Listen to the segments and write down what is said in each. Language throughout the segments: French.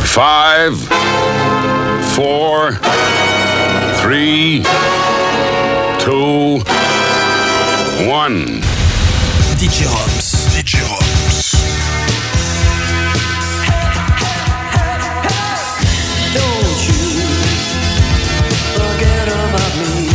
5, 4, 3, 2, 1. DJ Robs. DJ Robs. Don't you forget about me.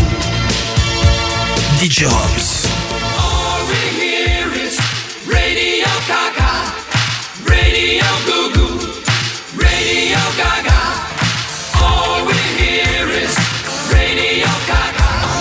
DJ Robs. All we hear is Radio Gaga, Radio Goo Goo, Radio Gaga. All we hear is Radio Gaga.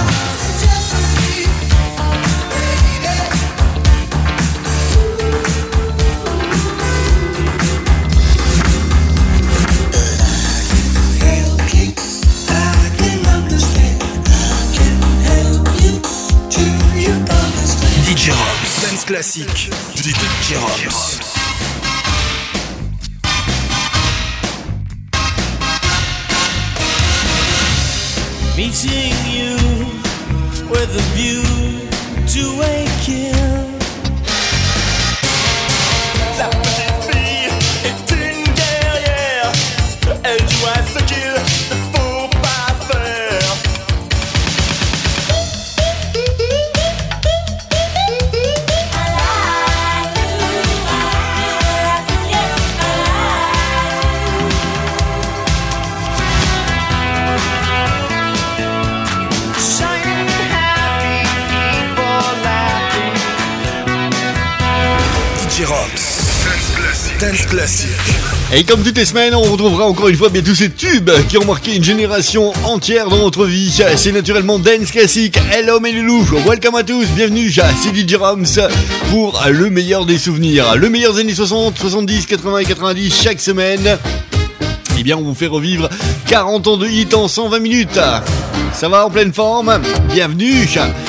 DJ Robs. Dance classique. DJ Robs. Meeting you with a view to a kill. La petite fille est une guerrière. Elle joue à ce qu'il ne faut pas faire. DJ Robs. Dance classique. Et comme toutes les semaines, on retrouvera encore une fois bien tous ces tubes qui ont marqué une génération entière dans notre vie. C'est naturellement Dance Classic. Hello mes loulous, welcome à tous, bienvenue, c'est DJ Roms pour le meilleur des souvenirs. Le meilleur des années 60, 70, 80 et 90 chaque semaine. Eh bien on vous fait revivre 40 ans de hit en 120 minutes. Ça va en pleine forme? Bienvenue.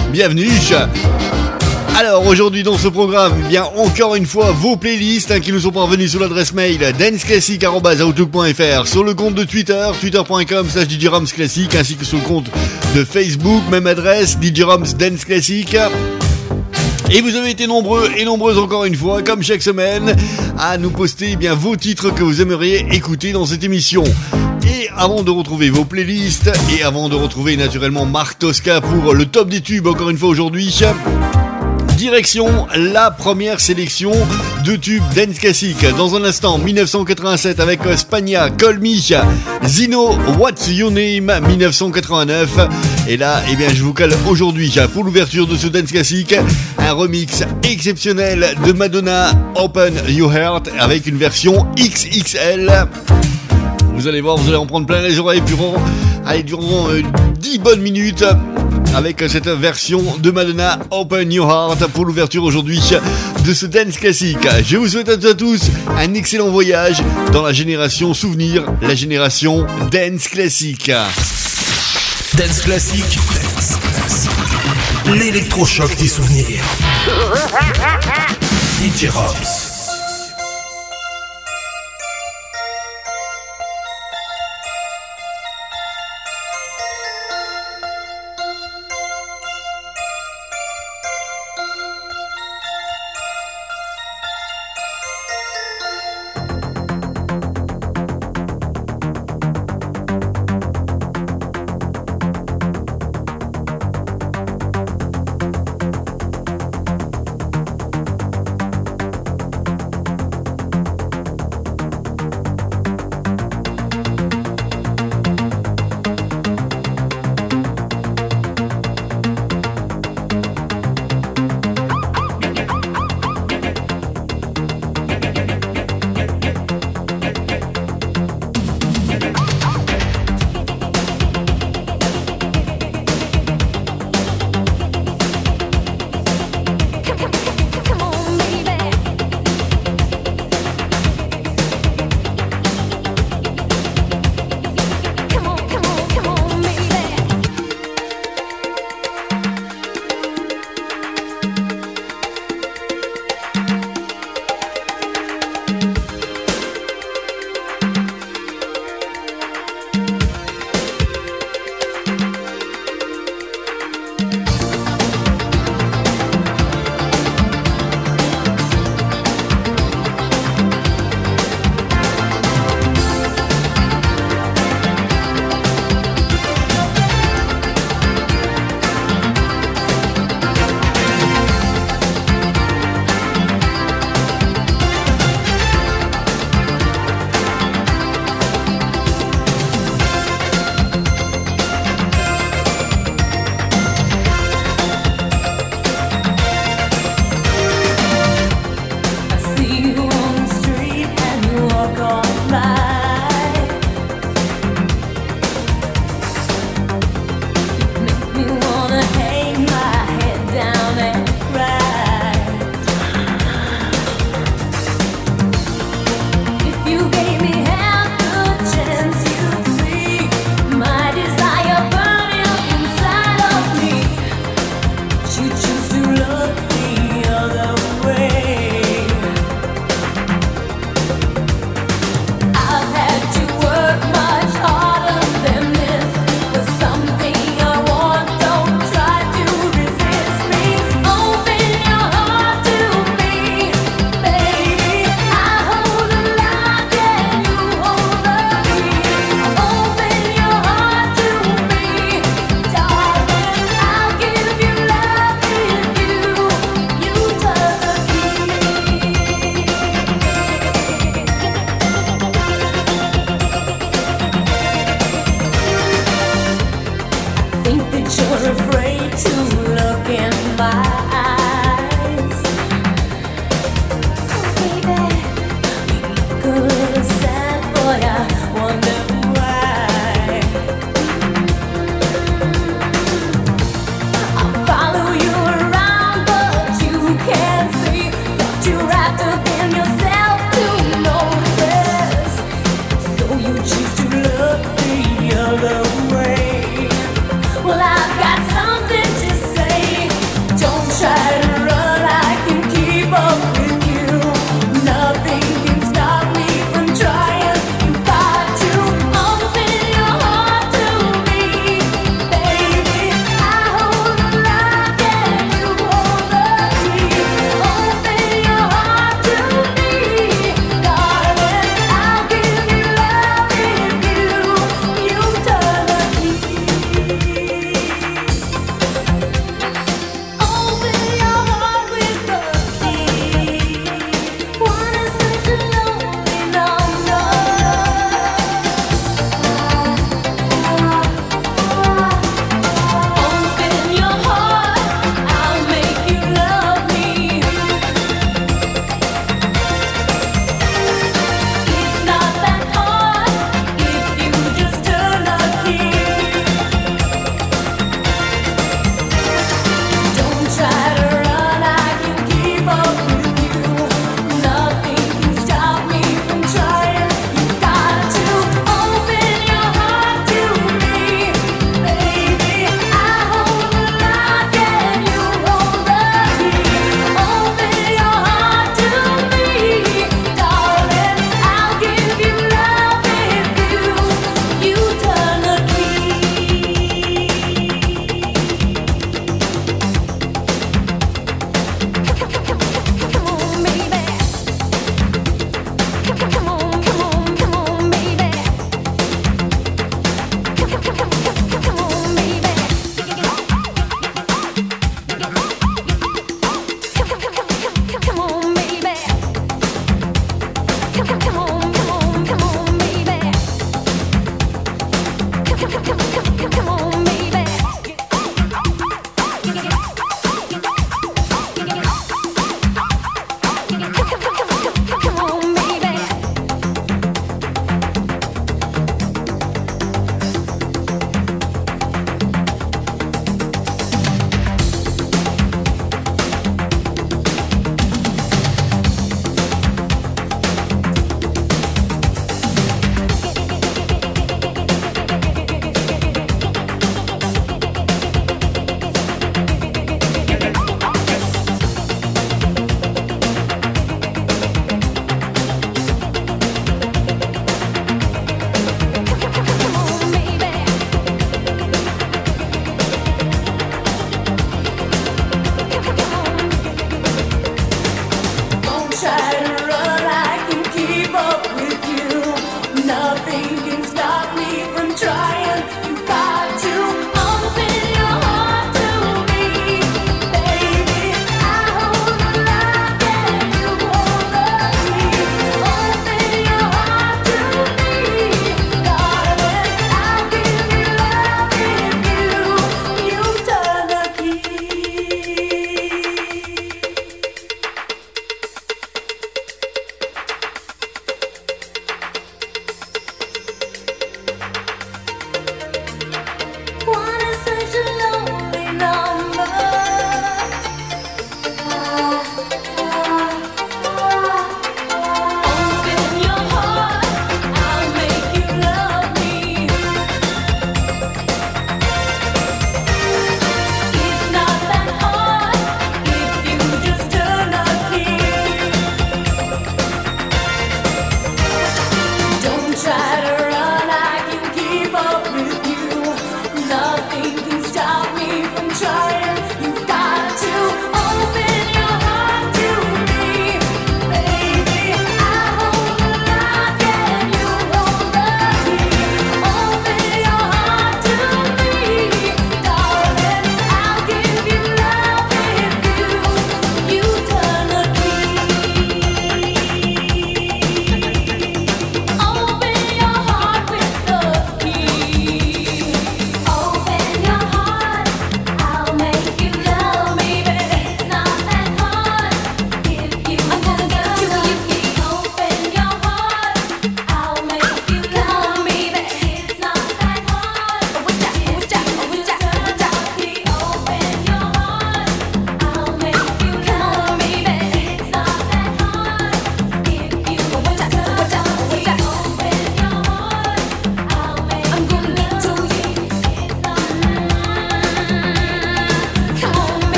Alors aujourd'hui dans ce programme, eh bien encore une fois vos playlists qui nous sont parvenues sur l'adresse mail danceclassic@outlook.fr, sur le compte de Twitter, twitter.com/DJRomsClassic, ainsi que sur le compte de Facebook, même adresse, DJRoms Dance Classic. Et vous avez été nombreux et nombreuses encore une fois, comme chaque semaine, à nous poster eh bien vos titres que vous aimeriez écouter dans cette émission. Et avant de retrouver vos playlists, et avant de retrouver naturellement Marc Tosca pour le top des tubes encore une fois aujourd'hui, direction la première sélection de tubes dance classique. Dans un instant, 1987 avec Spagna, Call Me, Zino, What's Your Name, 1989. Et là, eh bien, je vous cale aujourd'hui pour l'ouverture de ce dance classique un remix exceptionnel de Madonna, Open Your Heart, avec une version XXL. Vous allez voir, vous allez en prendre plein les oreilles durant 10 bonnes minutes avec cette version de Madonna Open Your Heart pour l'ouverture aujourd'hui de ce dance classique. Je vous souhaite à tous un excellent voyage dans la génération souvenir, la génération dance classique. Dance classique. L'électrochoc des souvenirs. DJ Robs.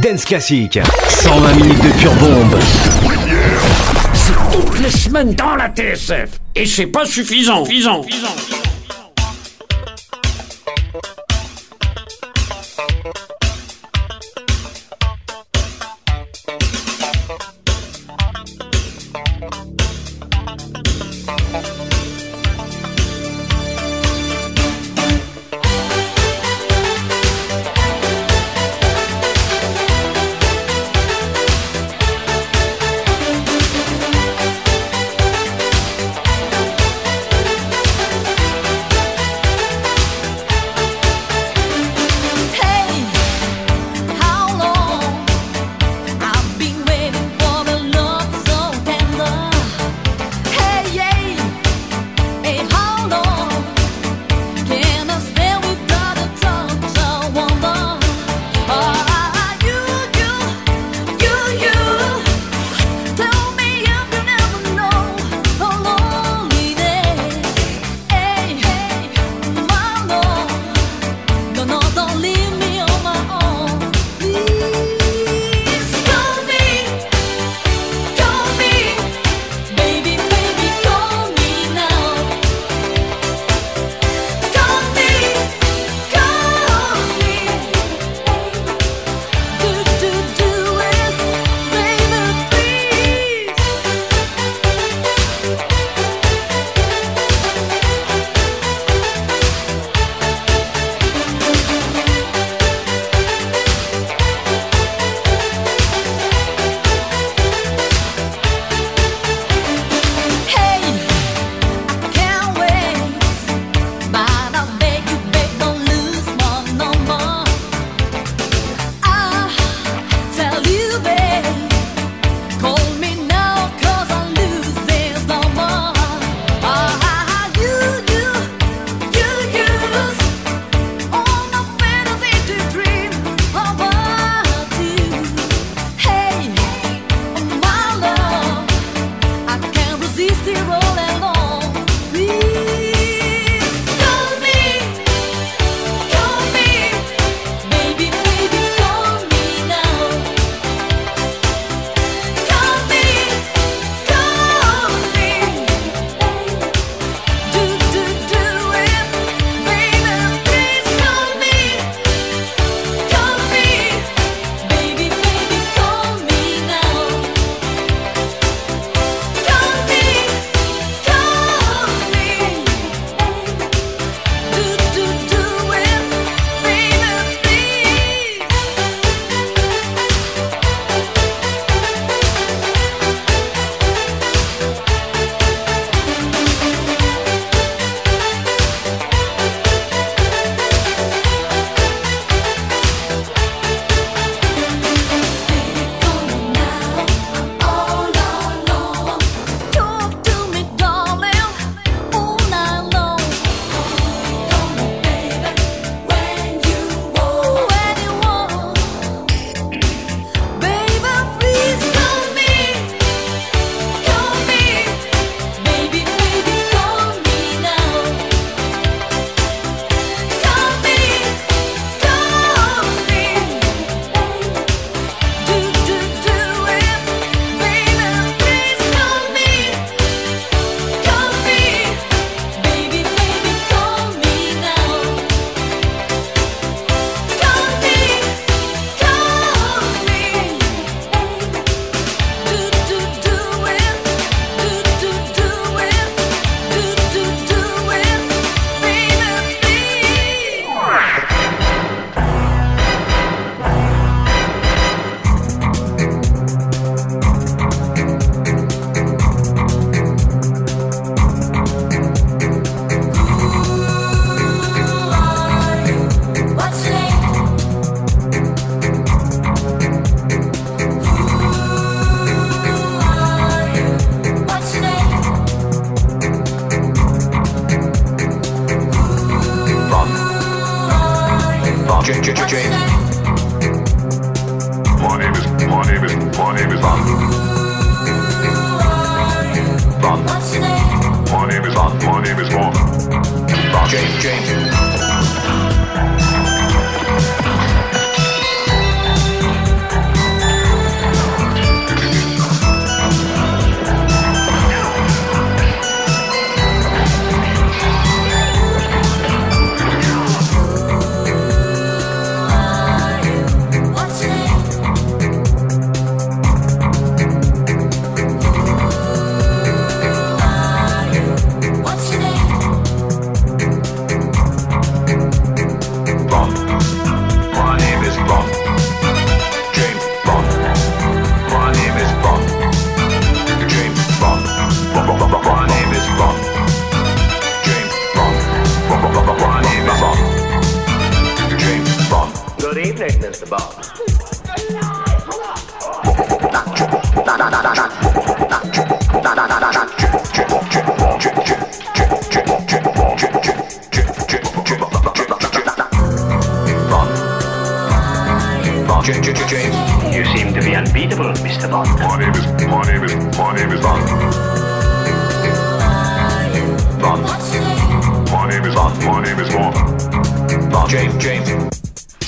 Dance Classique, 120 minutes de pure bombe. C'est toutes les semaines dans la TSF. Et c'est pas suffisant.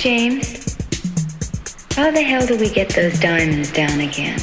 James, how the hell do we get those diamonds down again?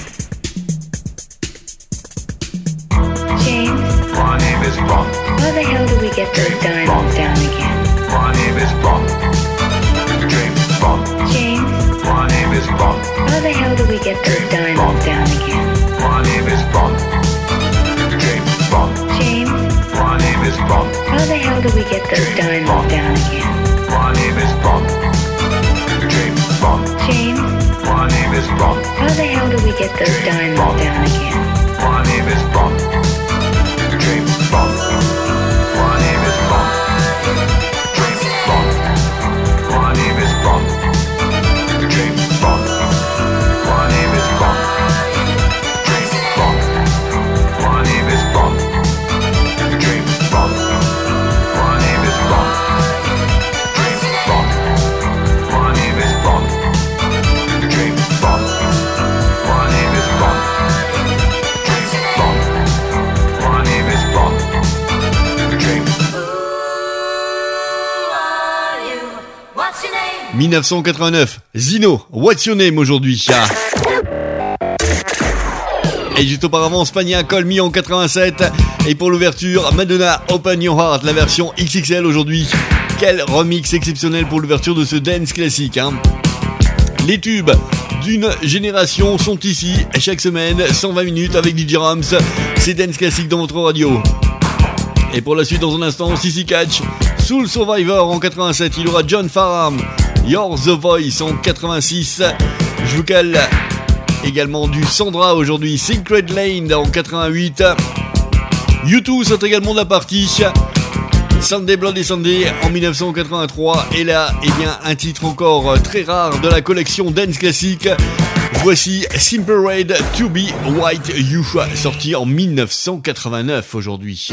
James, My name is Bond. how the hell do we get those diamonds down again? My name is Bond. James Bond. James, My name is Bond. how the hell do we get those diamonds down again? My name is Bond. James Bond. James, My name is Bond. how the hell do we get those diamonds down again? My name is Bond. James Bond. James, My name is Bond. how the hell do we get those diamonds down again? My name is Bond. James Bond. My name is Bond. James Bond. My name is Bond. James Bond. My name is Bond. James Bond. My name is Bond. James Bond. My name is Bond. James Bond. My name is Bond. James Bond. My name is Bond. James Bond. My name is Bond. James. 1989, Zino, What's Your Name aujourd'hui. Et juste auparavant, Spagna, Call Me en 87. Et pour l'ouverture, Madonna, Open Your Heart, la version XXL aujourd'hui. Quel remix exceptionnel pour l'ouverture de ce dance classique, hein. Les tubes d'une génération sont ici chaque semaine, 120 minutes avec DJ Rams. C'est dance classique dans votre radio. Et pour la suite, dans un instant, Sissy Catch, Soul Survivor en 87. Il y aura John Farham, You're the Voice en 86. Je vous cale également du Sandra aujourd'hui, Secret Lane en 88. U2 sont également de la partie. Sunday Bloody Sunday en 1983. Et là, eh bien, un titre encore très rare de la collection Dance Classic. Voici Simple Red To Be White You, sorti en 1989 aujourd'hui.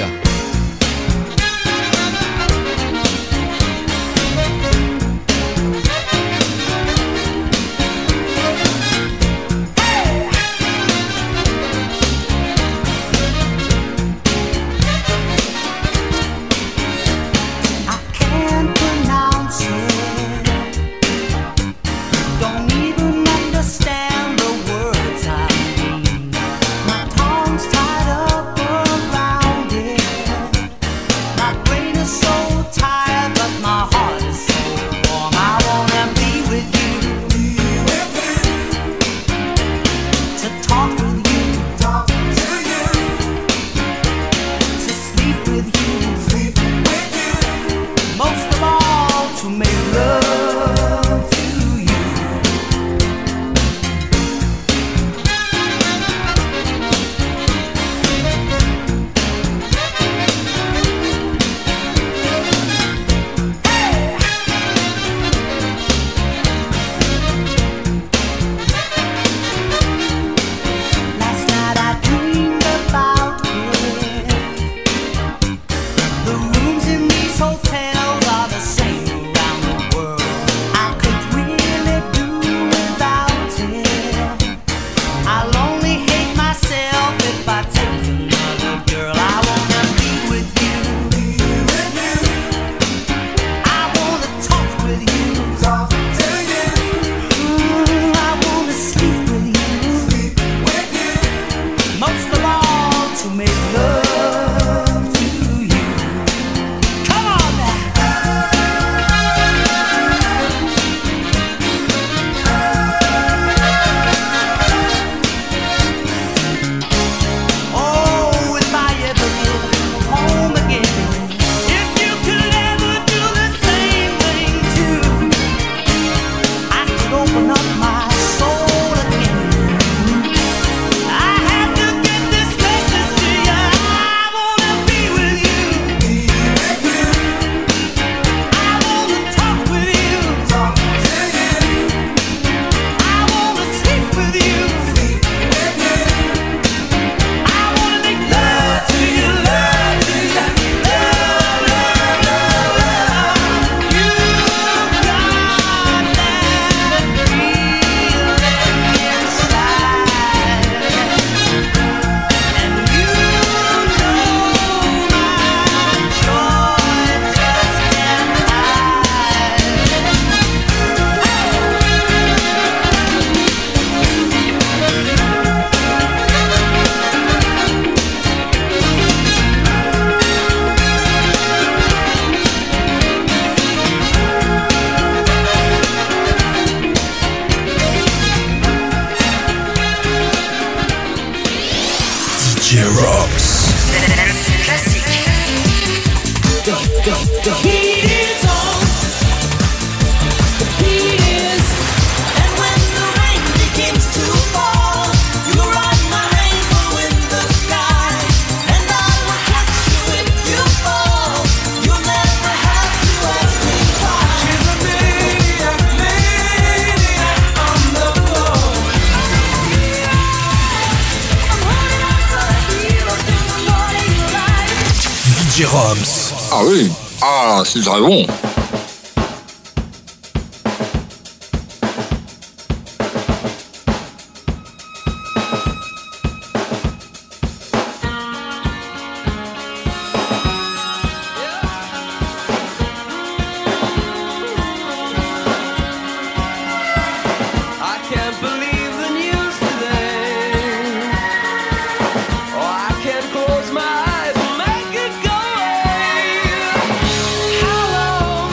Roms. Ah oui. Ah, c'est très bon. I can't believe the news today. Oh, I can't close my eyes and make it go away. How long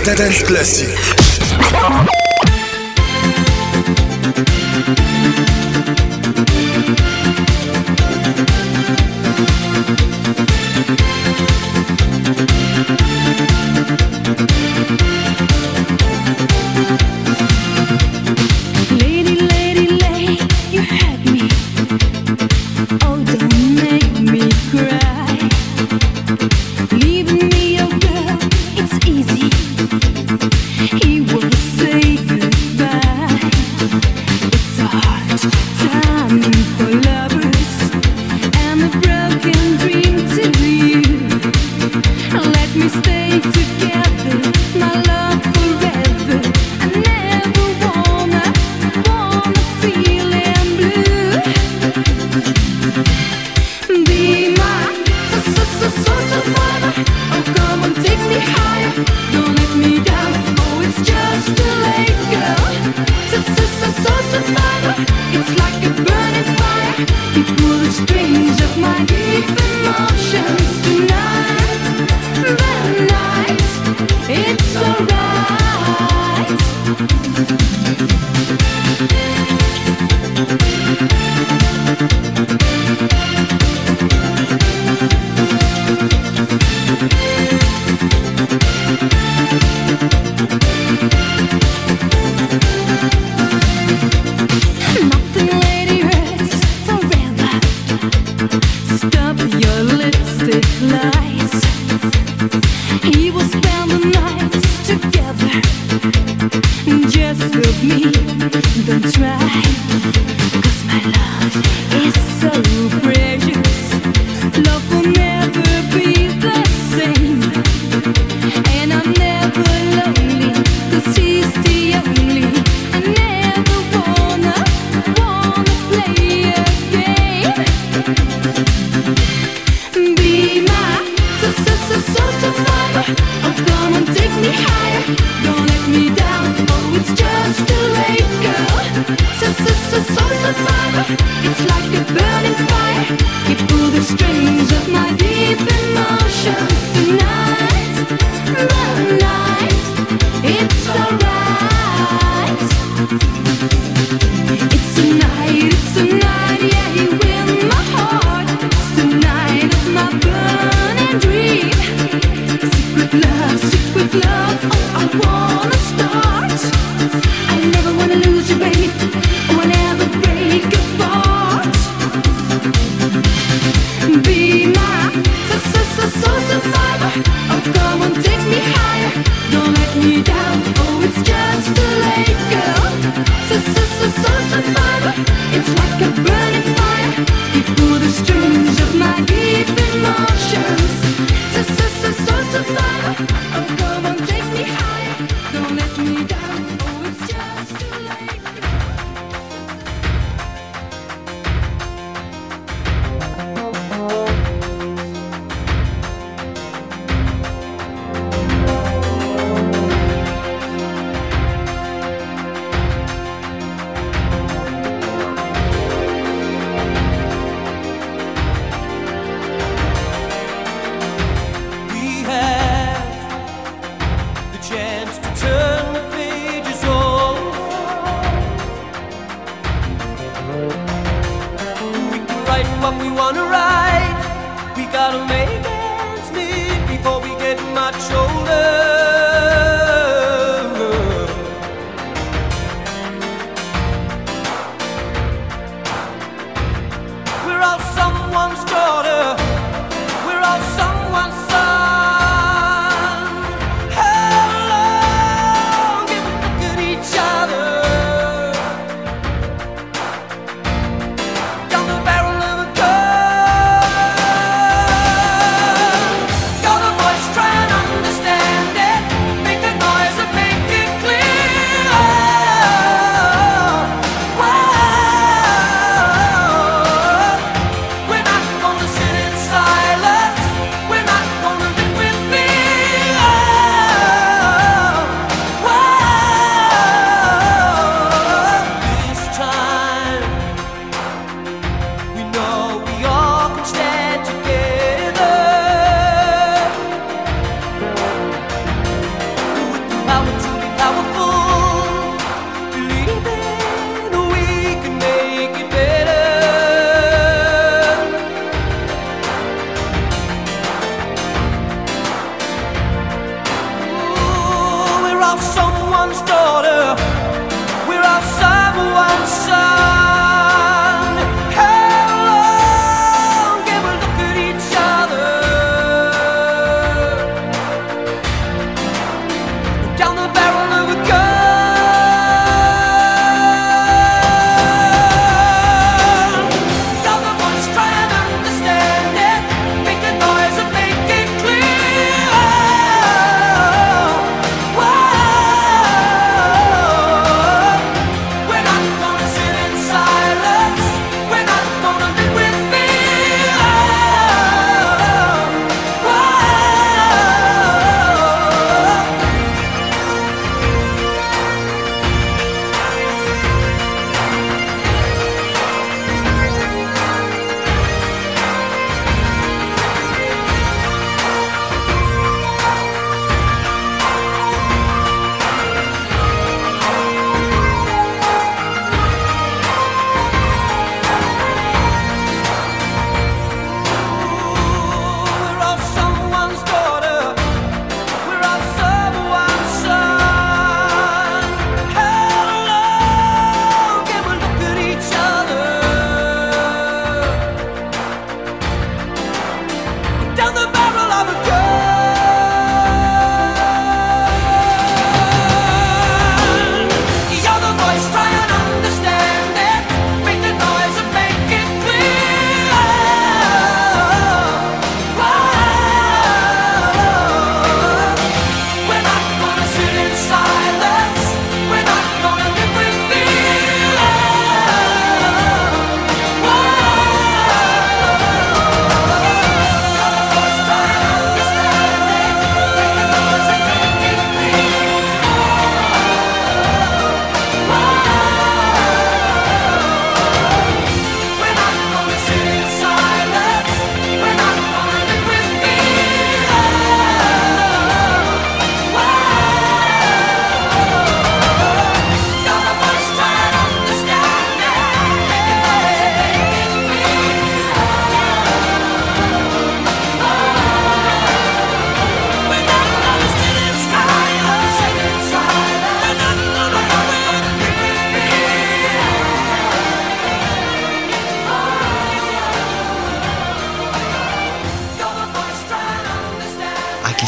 Dance Classique.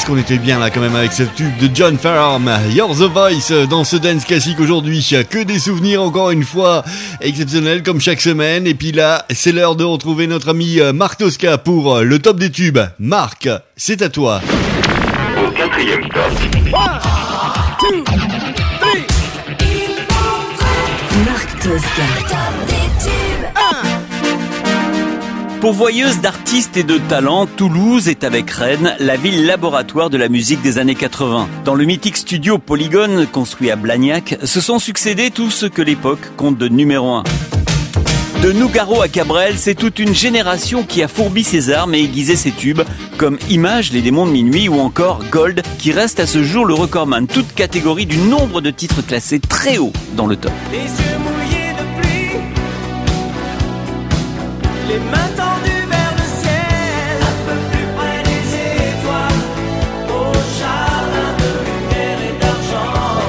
qu'on était bien là quand même avec ce tube de John Farnham, You're the Voice, dans ce dance classique aujourd'hui. Que des souvenirs encore une fois exceptionnels comme chaque semaine. Et puis là, c'est l'heure de retrouver notre ami Marc Tosca pour le top des tubes. Marc, c'est à toi. Au quatrième stop. Marc Tosca. Pourvoyeuse d'artistes et de talents, Toulouse est avec Rennes la ville laboratoire de la musique des années 80. Dans le mythique studio Polygone, construit à Blagnac, se sont succédés tout ce que l'époque compte de numéro 1. De Nougaro à Cabrel, c'est toute une génération qui a fourbi ses armes et aiguisé ses tubes, comme Image, Les démons de minuit ou encore Gold, qui reste à ce jour le recordman toute catégorie du nombre de titres classés très haut dans le top. Les yeux mouillés de pluie, les mains tendues vers le ciel, un peu plus près des étoiles, au jardin de lumière et d'argent,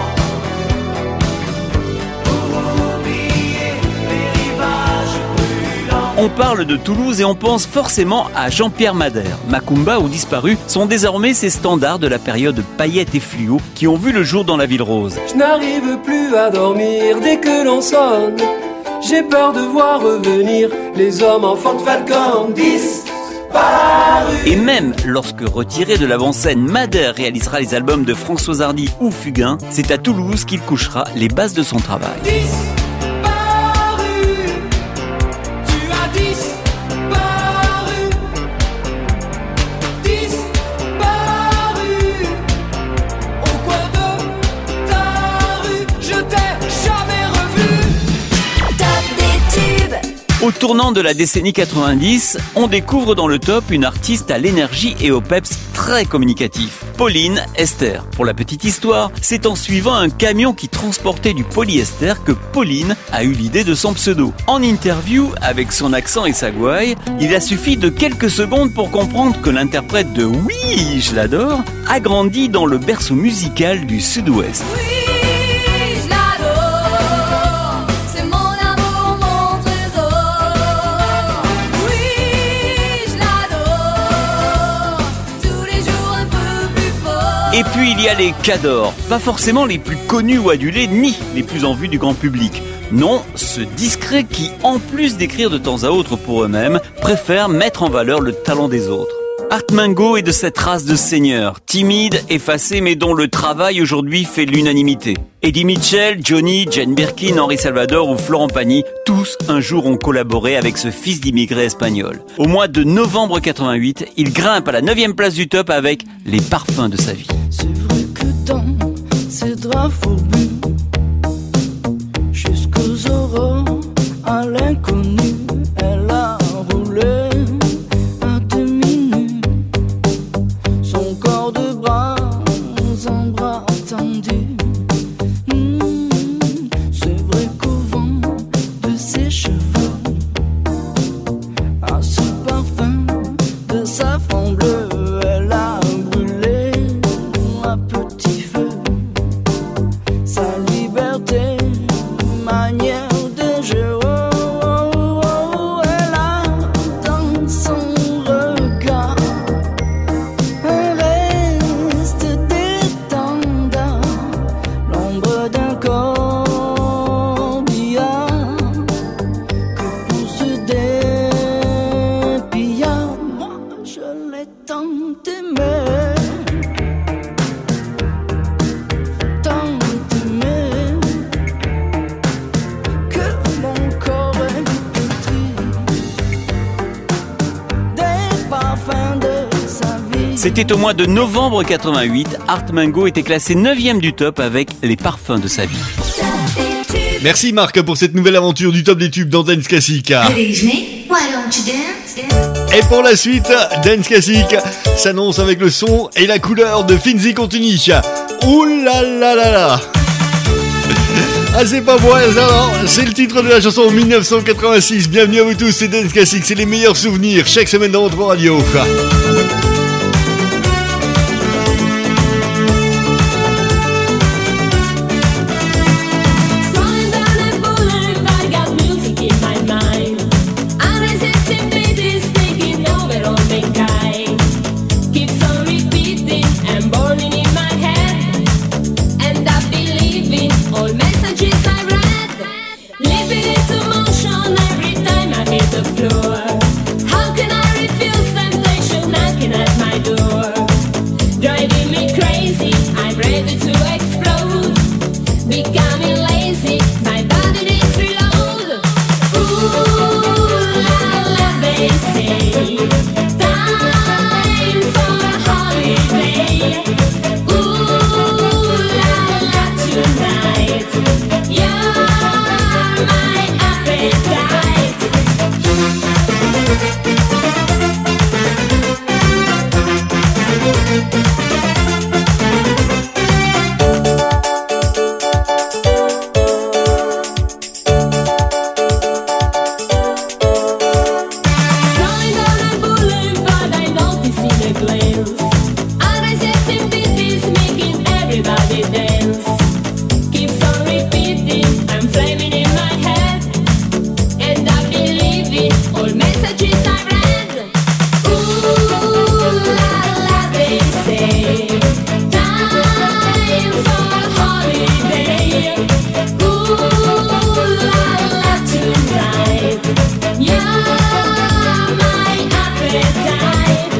pour oublier les rivages brûlants. On parle de Toulouse et on pense forcément à Jean-Pierre Madère. Macumba ou Disparu sont désormais ces standards de la période paillettes et fluo qui ont vu le jour dans la ville rose. Je n'arrive plus à dormir dès que l'on sonne. J'ai peur de voir revenir les hommes en Ford Falcon disparus. Et même lorsque retiré de l'avant-scène, Madère réalisera les albums de François Hardy ou Fugain, c'est à Toulouse qu'il couchera les bases de son travail. Au tournant de la décennie 90, on découvre dans le top une artiste à l'énergie et au peps très communicatif, Pauline Esther. Pour la petite histoire, c'est en suivant un camion qui transportait du polyester que Pauline a eu l'idée de son pseudo. En interview, avec son accent et sa gouaille, il a suffi de quelques secondes pour comprendre que l'interprète de Oui, je l'adore a grandi dans le berceau musical du Sud-Ouest. Et puis il y a les cadors, pas forcément les plus connus ou adulés, ni les plus en vue du grand public. Non, ceux discrets qui, en plus d'écrire de temps à autre pour eux-mêmes, préfèrent mettre en valeur le talent des autres. Art Mengo est de cette race de seigneurs, timide, effacé, mais dont le travail aujourd'hui fait l'unanimité. Eddie Mitchell, Johnny, Jane Birkin, Henri Salvador ou Florent Pagny, tous un jour ont collaboré avec ce fils d'immigrés espagnols. Au mois de novembre 88, il grimpe à la 9e place du top avec Les parfums de sa vie. C'est vrai que dans ces draps fourbus, jusqu'aux aurores, à l'inconnu, elle a roulé à demi nu, son corps de bras en bras tendus. C'est vrai qu'au vent de ses cheveux, à ce parfum de safran bleu, elle a brûlé à petit feu sa liberté, manière de jeu. Elle a dans son regard un reste d'étendard, l'ombre d'un corbillard que pousse des pillards. Moi je l'ai tant aimé, tant aimé, que mon corps est pétri des parfums de sa vie. C'était au mois de novembre 88, Art Mengo était classé 9e du top avec Les parfums de sa vie. Merci Marc pour cette nouvelle aventure du top des tubes dans Dance Classic. Good evening. Why don't you dance? Et pour la suite, Dance Classic s'annonce avec le son et la couleur de Finzi Contini. Ouh là là là là. Ah c'est pas bon, alors c'est le titre de la chanson 1986. Bienvenue à vous tous, c'est Dance Classic, c'est les meilleurs souvenirs chaque semaine dans votre radio. Keeps on repeating. becoming lazy. My body needs reload. Ooh la la, they say. Time for a holiday. Ooh la la, tonight. You're my appetite. Rolling down a boulevard, I notice in a glance. Unresisting beat is making everybody dance. Keeps on repeating, I'm flaming in my head. And I'm believing all messages I read. Ooh la la, they say. Time for a holiday. Ooh la la, tonight. You're my appetite.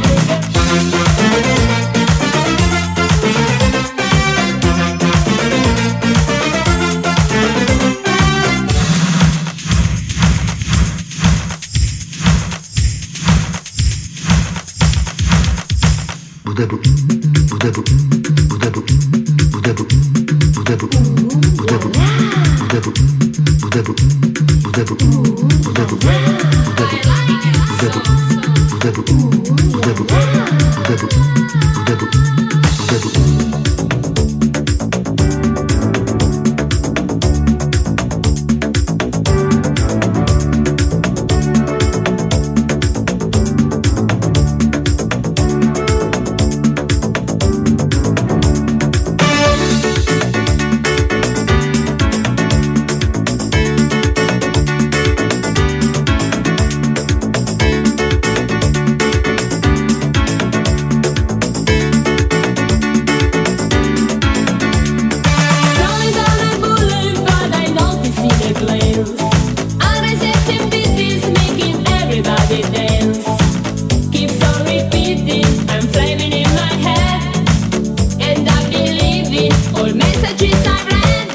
Rolling down a boulevard, I notice in a glance. Unresisting beat is making everybody dance. Keeps on repeating, I'm flaming in my head. And I'm believing all messages I read.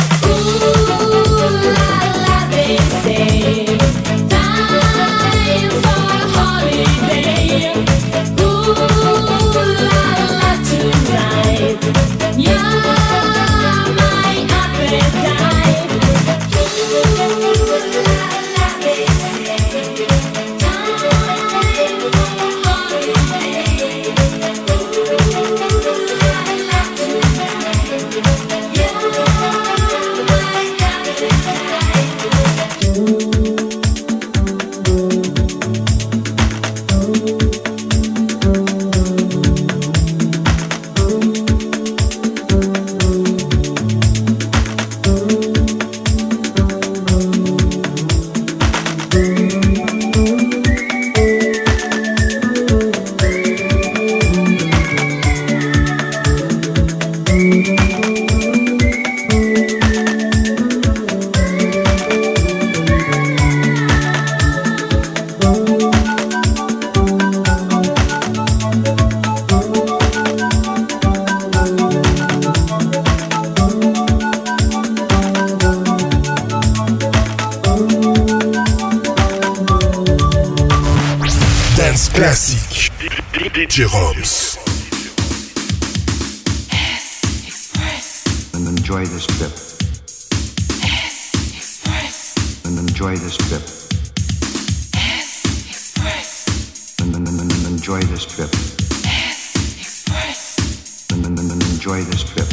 Ooh la la, they say. Time for a holiday. Ooh la la, tonight. You're my appetite. Ooh la la, they say. Time for a holiday. Ooh la la, tonight. You're my Dance classique. Jérôme's. And enjoy this trip. And enjoy this trip. And enjoy this trip. And enjoy this trip.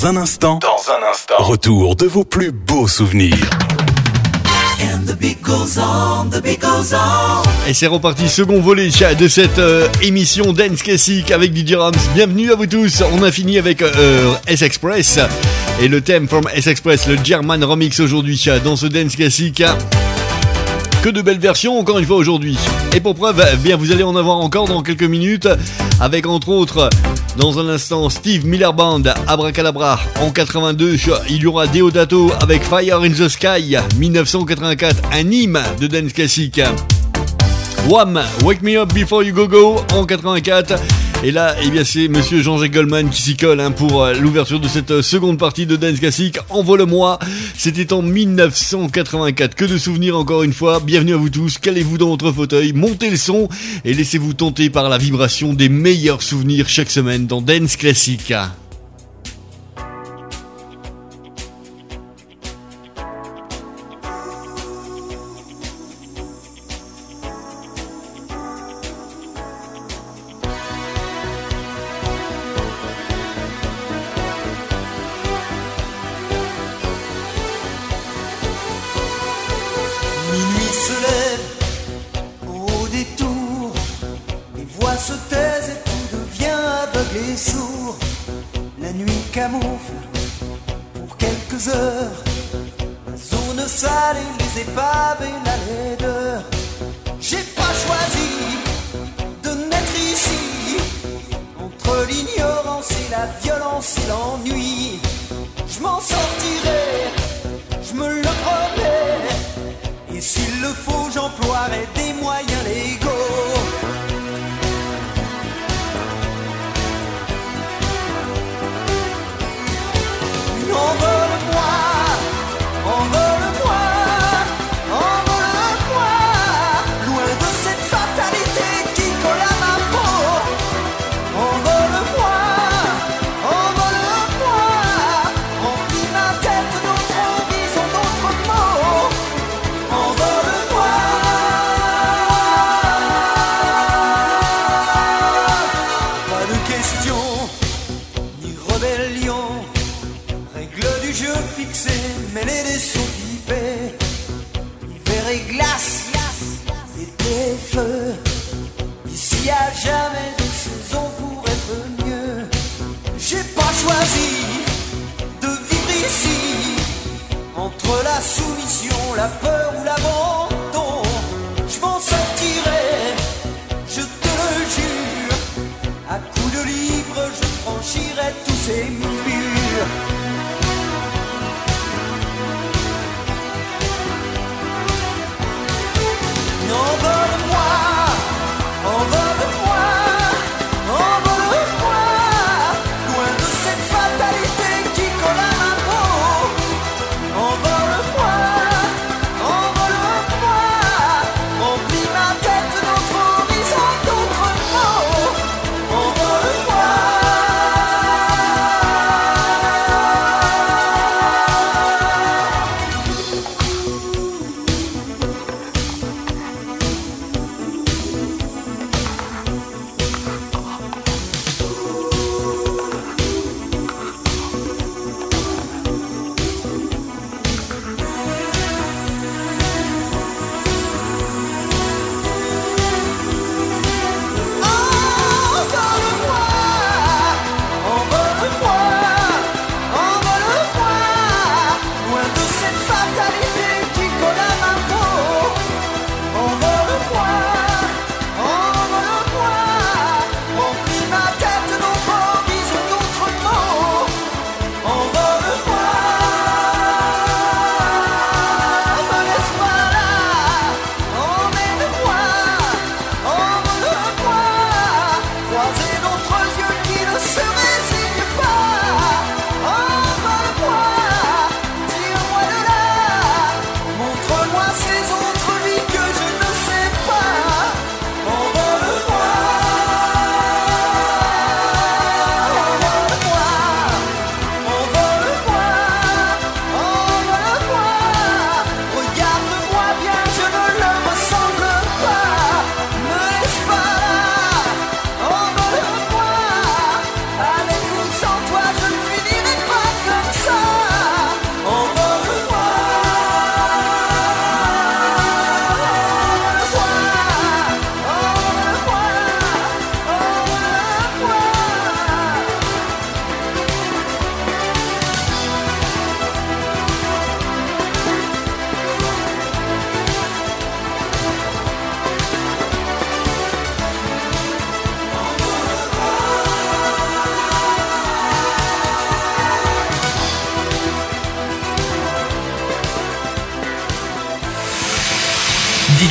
Dans un instant, retour de vos plus beaux souvenirs. And the beat goes on, the beat goes on. Et c'est reparti, second volet de cette émission Dance Classic avec DJ Rams. Bienvenue à vous tous. On a fini avec S-Express et le thème from S-Express, le German Remix aujourd'hui dans ce Dance Classic. Que de belles versions encore une fois aujourd'hui. Et pour preuve, eh bien vous allez en avoir encore dans quelques minutes avec entre autres dans un instant Steve Miller Band, Abracadabra en 82. Il y aura Deodato avec Fire in the Sky 1984, un hymne de dance classique. Wham! Wake Me Up Before You Go Go en 84. Et là, eh bien, c'est monsieur Jean-Jacques Goldman qui s'y colle pour l'ouverture de cette seconde partie de Dance Classic. Envole-moi, c'était en 1984. Que de souvenirs encore une fois. Bienvenue à vous tous. Calez-vous dans votre fauteuil, montez le son et laissez-vous tenter par la vibration des meilleurs souvenirs chaque semaine dans Dance Classic.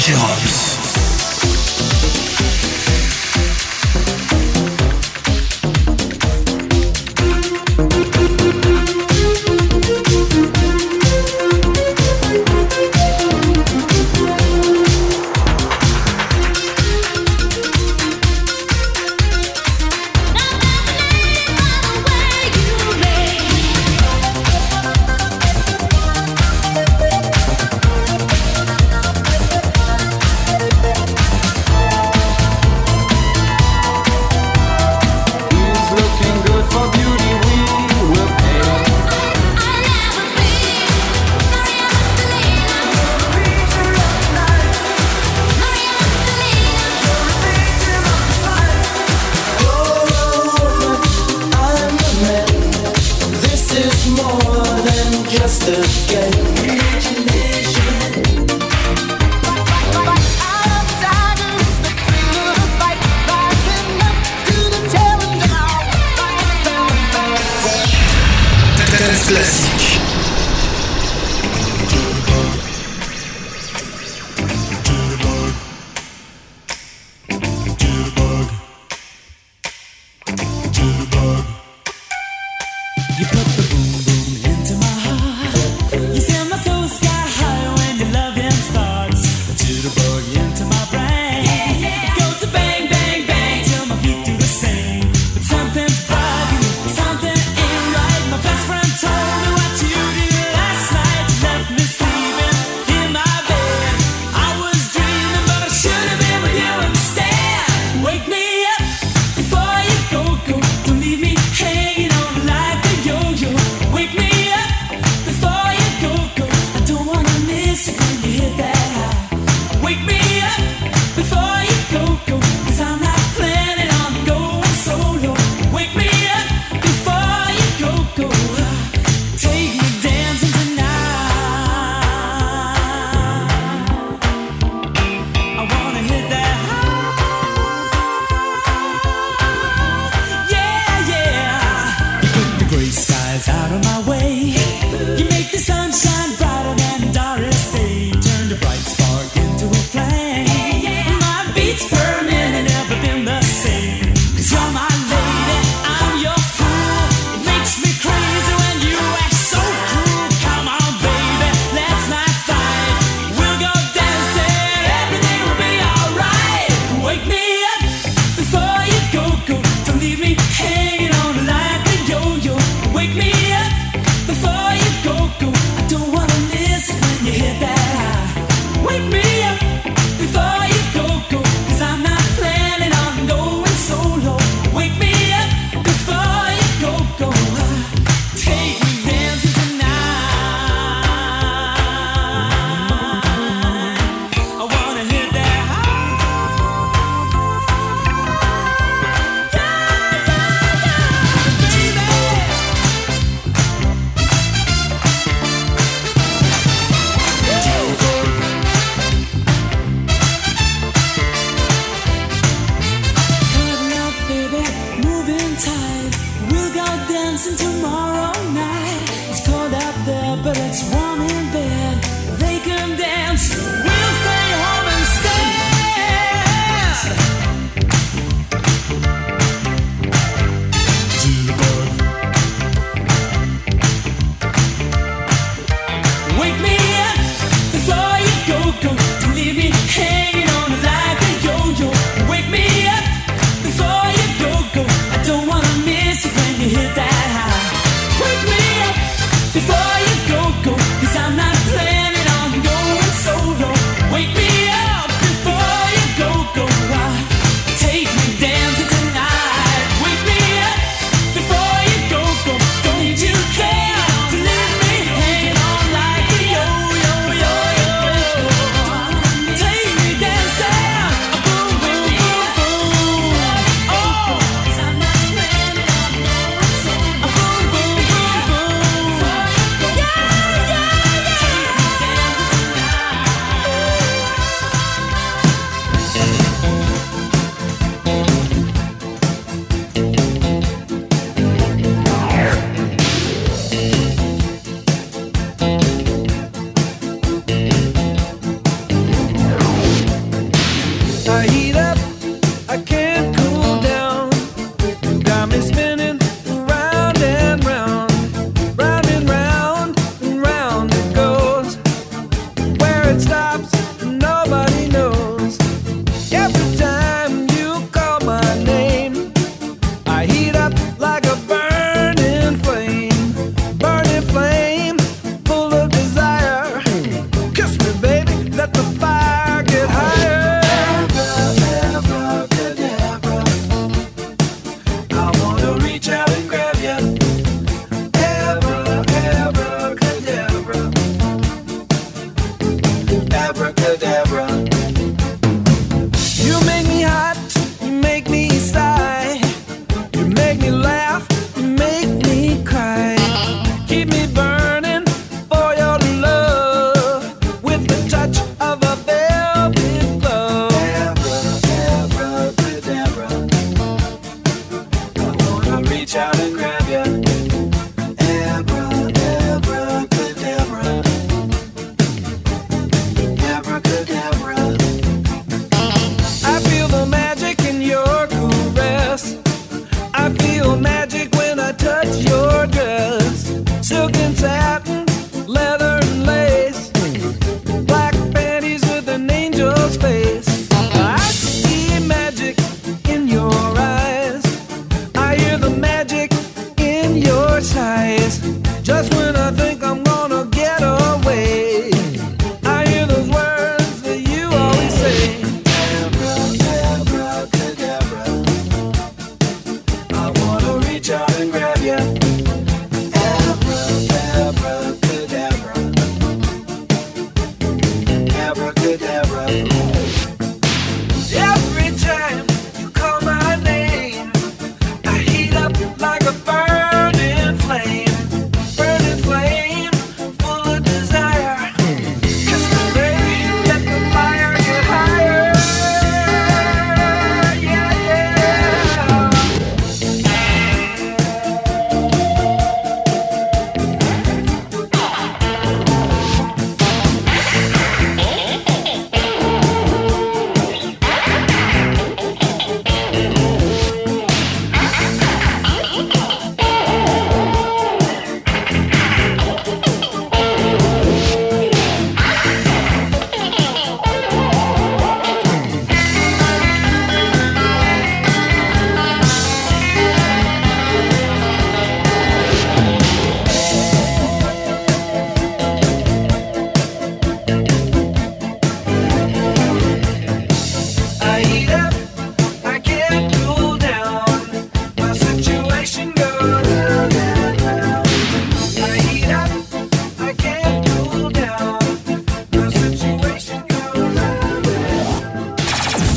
DJ Robs. Classique. You put the boom boom into my heart. You send my soul sky high when your loving starts. A jitterbug into my brain. It goes to bang bang bang till my feet do the same. But something's bugging me, something ain't right. My best friend told me what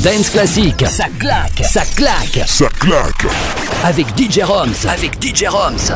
Dance Classique. Ça claque. Ça claque. Ça claque. Avec DJ Roms. Avec DJ Roms.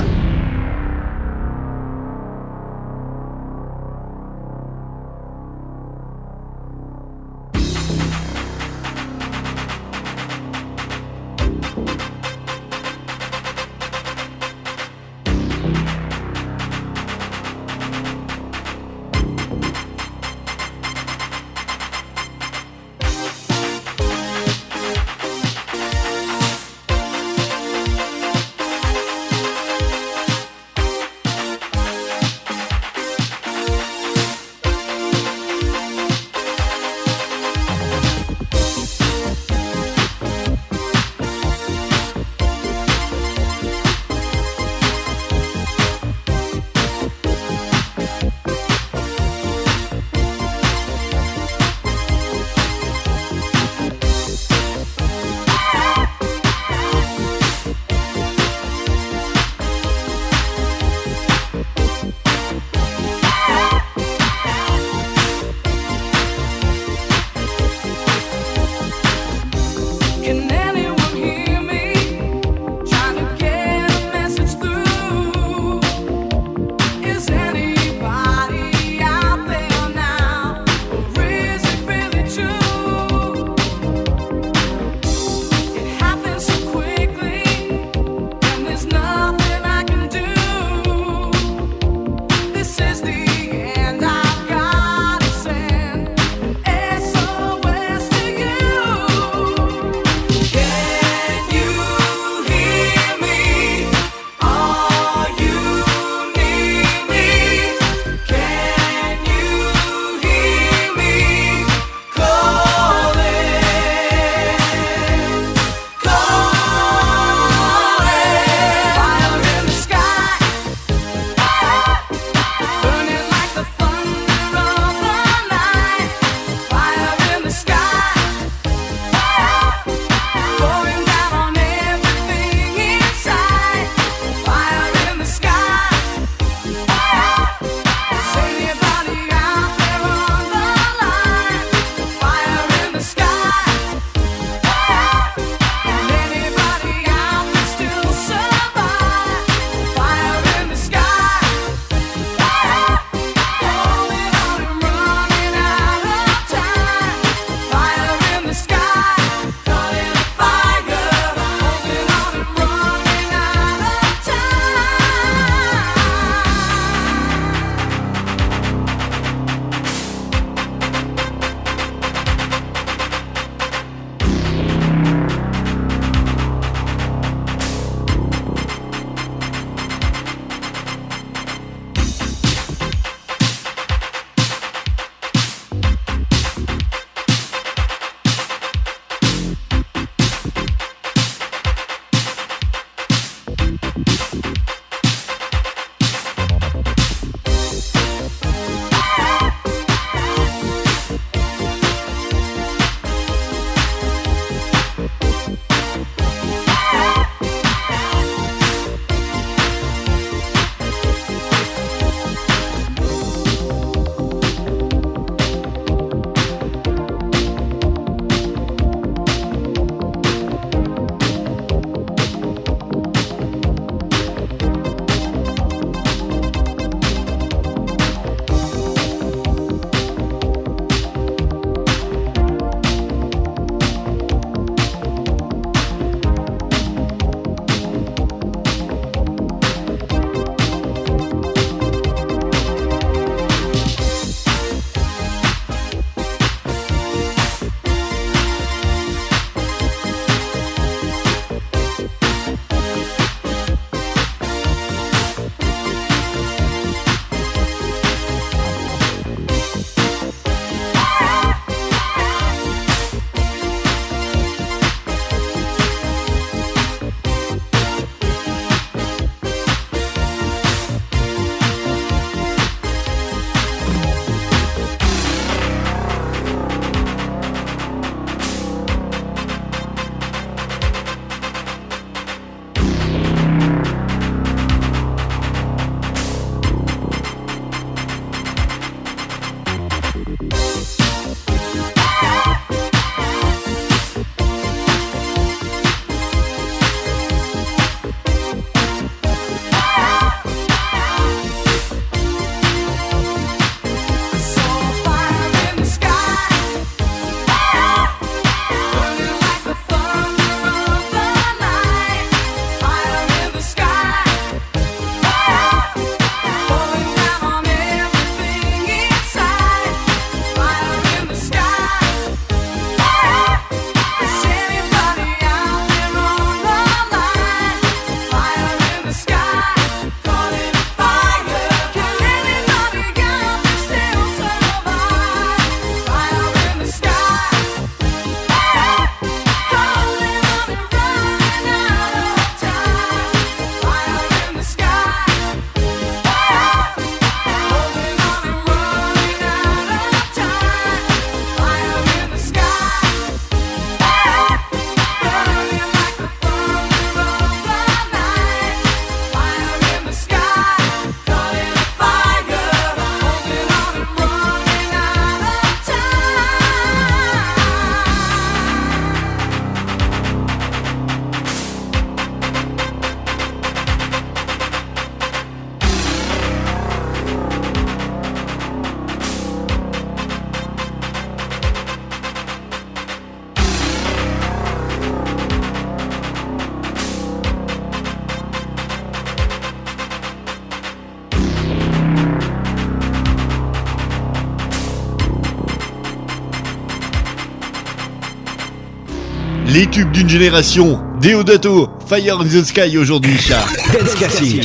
les tubes d'une génération. Deodato, Fire in the Sky aujourd'hui. Dance Classique.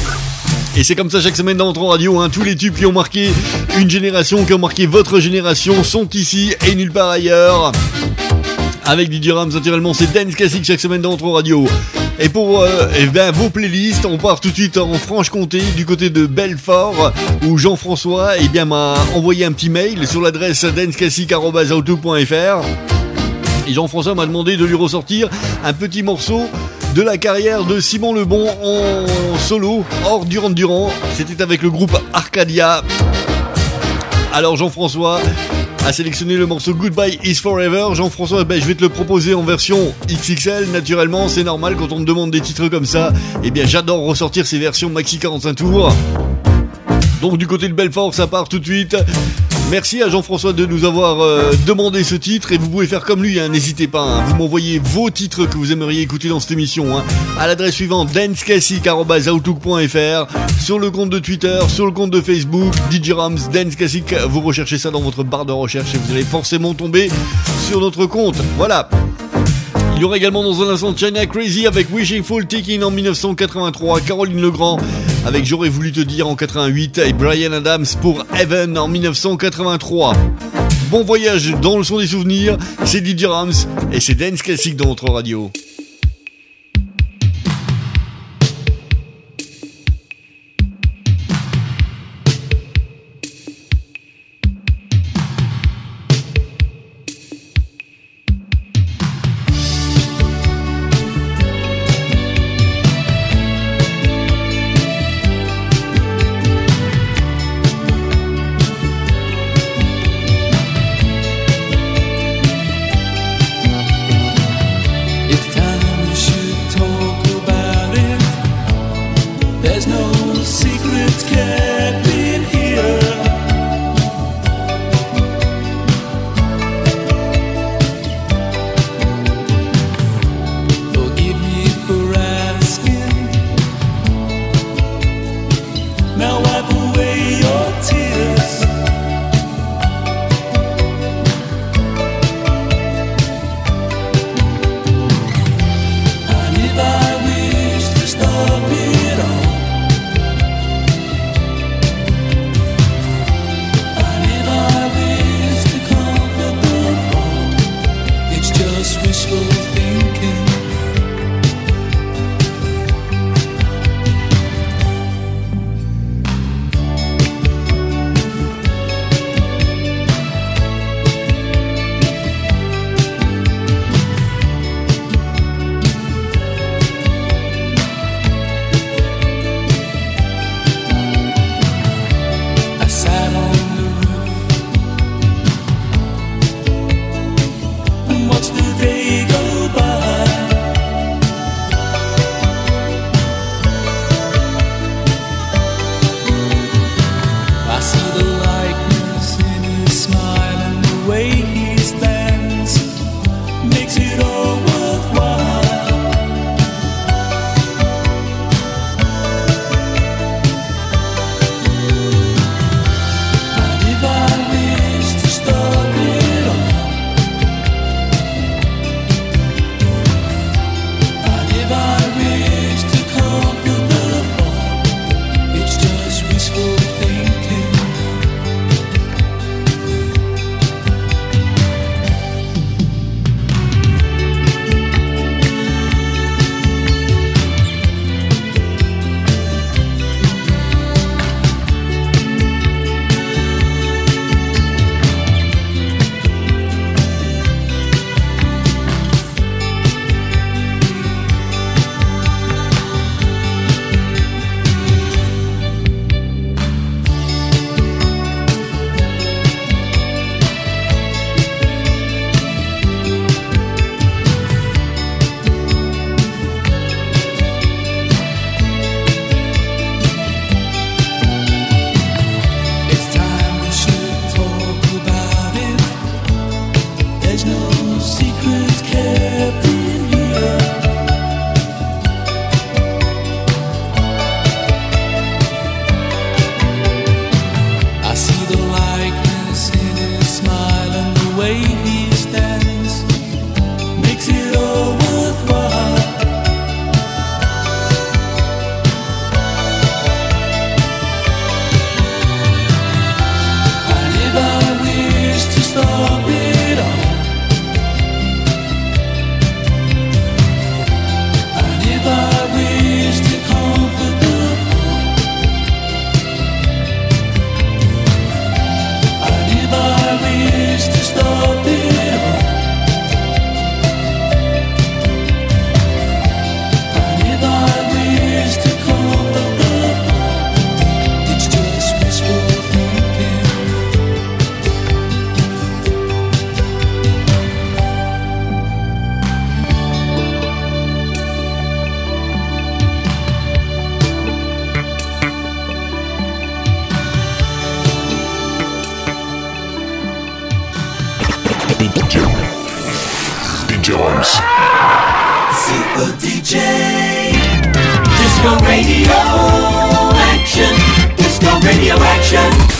Et c'est comme ça chaque semaine dans notre radio, hein. Tous les tubes qui ont marqué une génération, qui ont marqué votre génération, sont ici et nulle part ailleurs. Avec DJ Rams, naturellement, c'est Dance Classique chaque semaine dans notre radio. Et pour vos playlists, on part tout de suite en Franche-Comté, du côté de Belfort, où Jean-François m'a envoyé un petit mail sur l'adresse danceclassique@outlook.fr. Et Jean-François m'a demandé de lui ressortir un petit morceau de la carrière de Simon Le Bon en solo, hors Durand. C'était avec le groupe Arcadia. Alors Jean-François a sélectionné le morceau Goodbye is Forever. Jean-François, je vais te le proposer en version XXL, naturellement, c'est normal quand on me demande des titres comme ça. J'adore ressortir ces versions maxi 45 tours. Donc du côté de Belfort, ça part tout de suite. Merci à Jean-François de nous avoir demandé ce titre, et vous pouvez faire comme lui, hein, n'hésitez pas, hein, vous m'envoyez vos titres que vous aimeriez écouter dans cette émission, hein, à l'adresse suivante danceclassique@outlook.fr, sur le compte de Twitter, sur le compte de Facebook, DJ Rams Dance Classic, vous recherchez ça dans votre barre de recherche et vous allez forcément tomber sur notre compte. Voilà. Il y aura également dans un instant China Crazy avec Wishing Full Ticking en 1983, Caroline Legrand avec J'aurais voulu te dire en 88 et Bryan Adams pour Heaven en 1983. Bon voyage dans le son des souvenirs, c'est DJ Rams et c'est Dance Classic dans notre radio. It's time the DJ. Disco radio action. Disco radio action.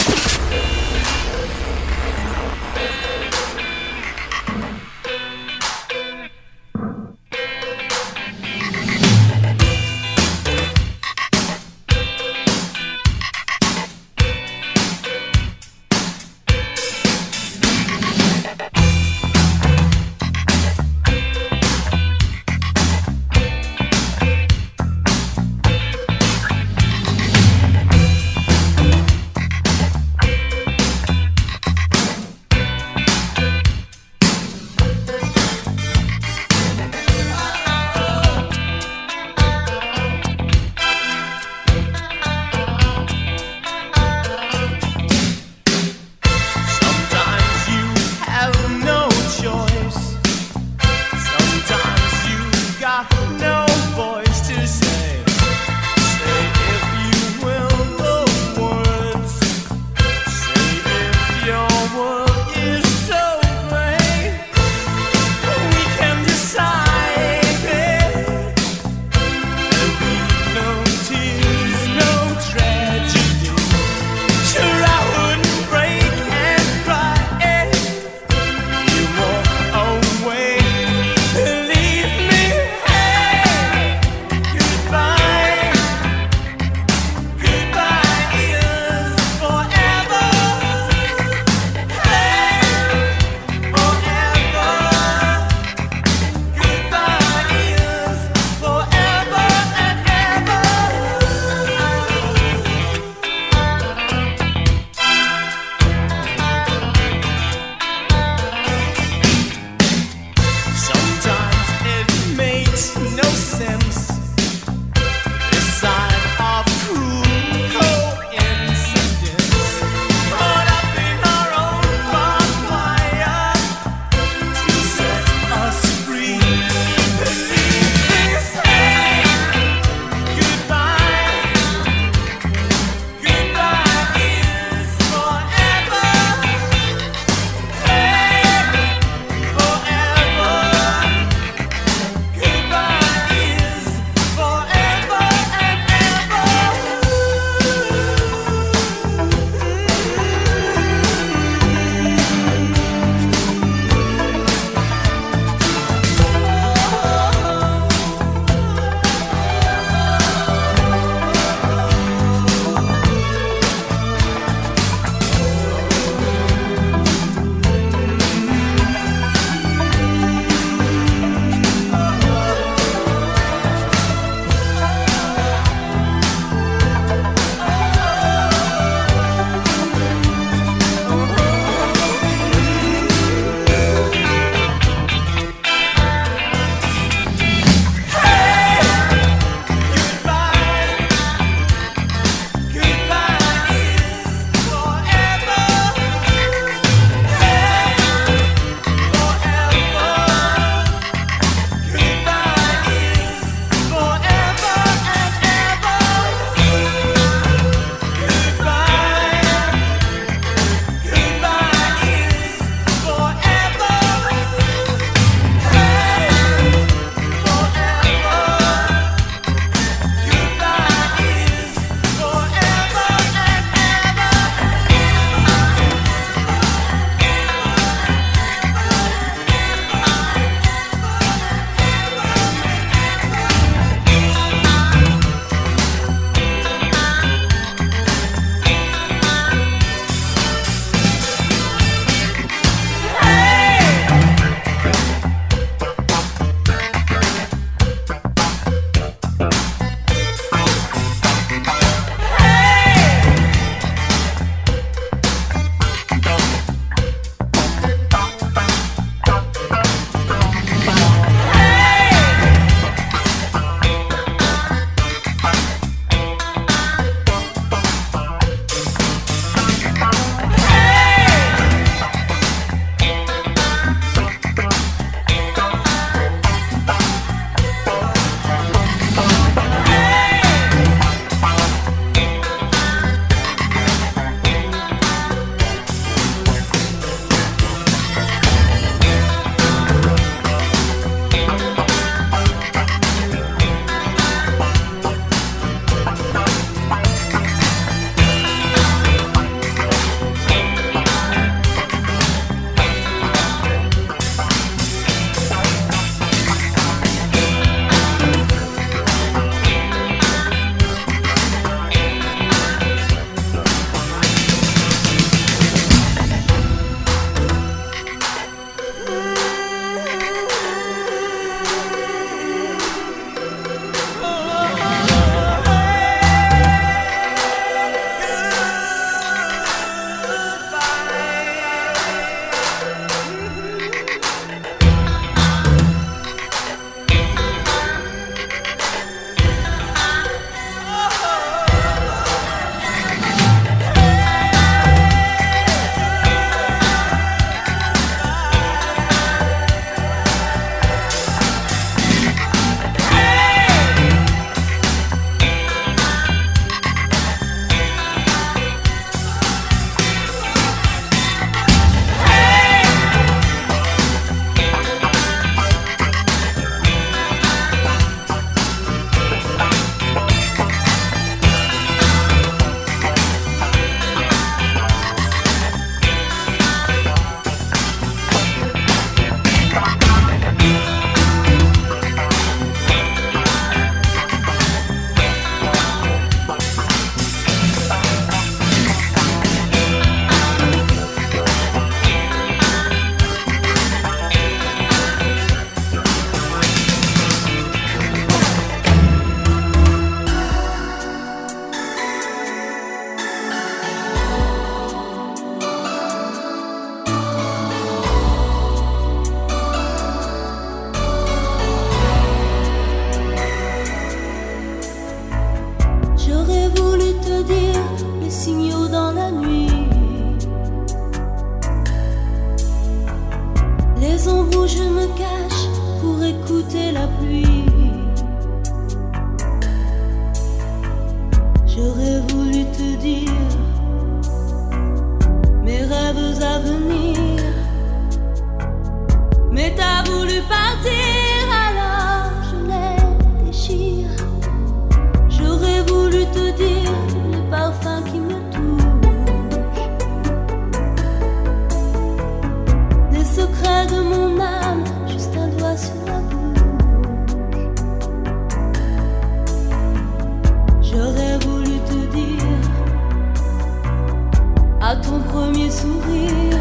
sourire,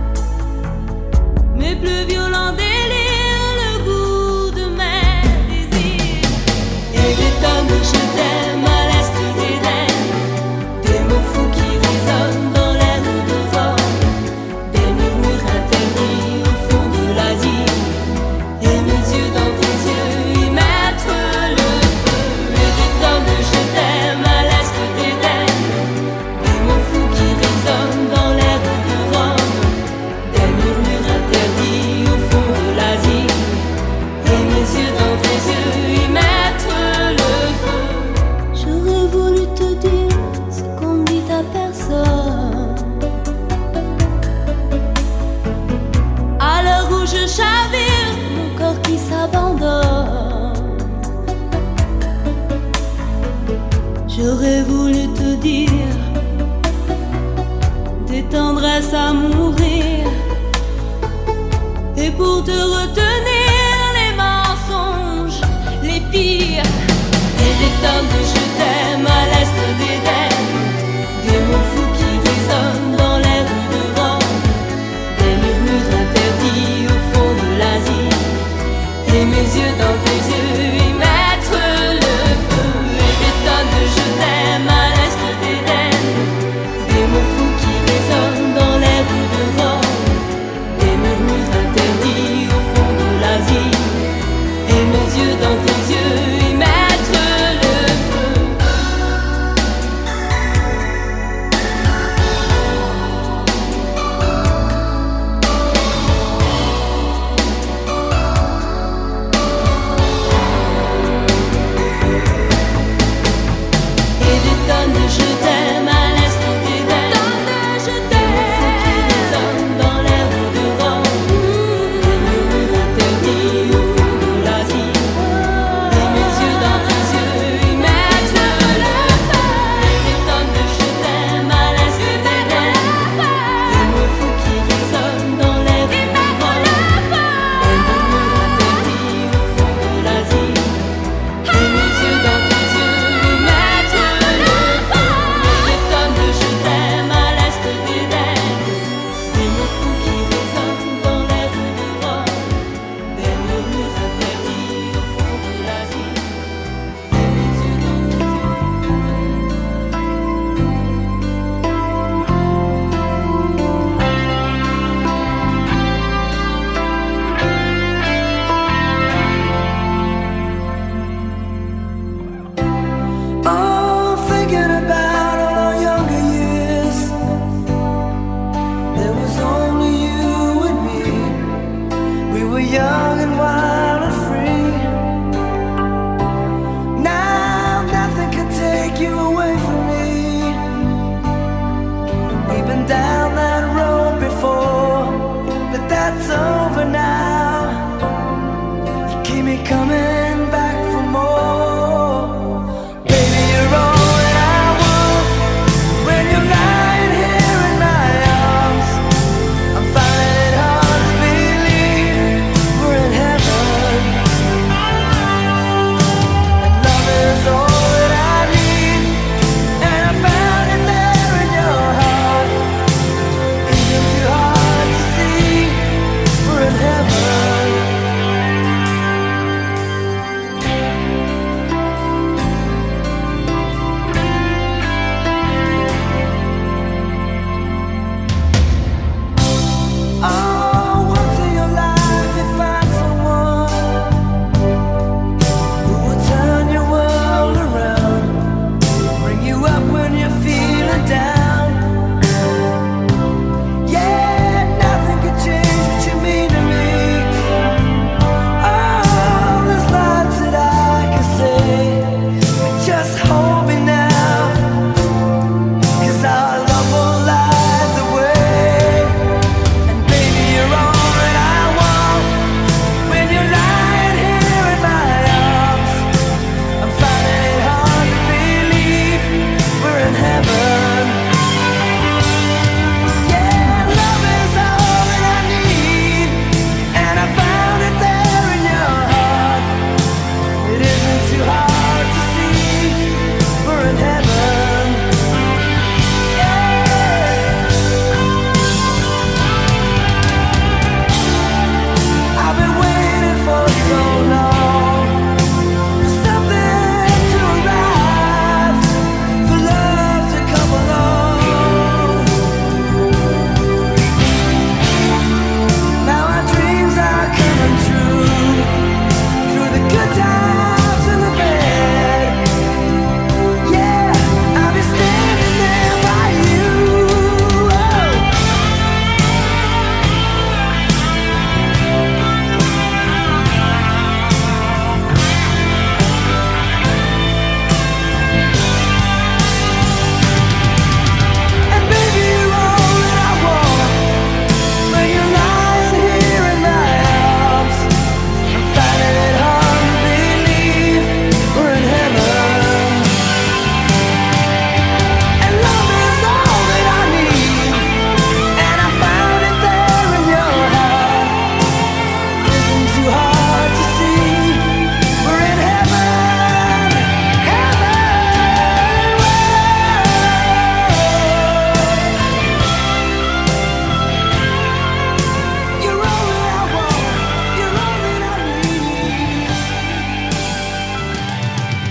mes plus violents délires, le goût de mes désirs. Et des tonnes de je t'aime à l'est d'Éden, des mots fous qui résonnent dans l'air de Rome, des murmures interdits au fond de l'Asie, et mes yeux dans tes yeux y mettre le feu. Et des tonnes de je t'aime à l'est d'Éden, des mots fous qui résonnent dans l'air de Rome, des murmures interdits au fond de l'Asie, et mes yeux dans tes yeux y mettre le feu. J'aurais voulu te dire ce qu'on ne dit à personne, à l'heure où je chavire, mon corps qui s'abandonne. J'aurais voulu te dire des tendresses à mourir, et pour te retenir les mensonges, les pires, et des tonnes de je t'aime à l'est d'Éden, des mots fous qui résonnent dans l'air de Rome, des murmures interdits au fond de l'Asie, et mes yeux dans tes yeux y mettre le feu. Et des tonnes de je t'aime à l'est d'Éden, des mots fous qui résonnent dans l'air de Rome, des murmures interdits au fond de l'Asie, et mes yeux dans tes yeux y mettre le feu.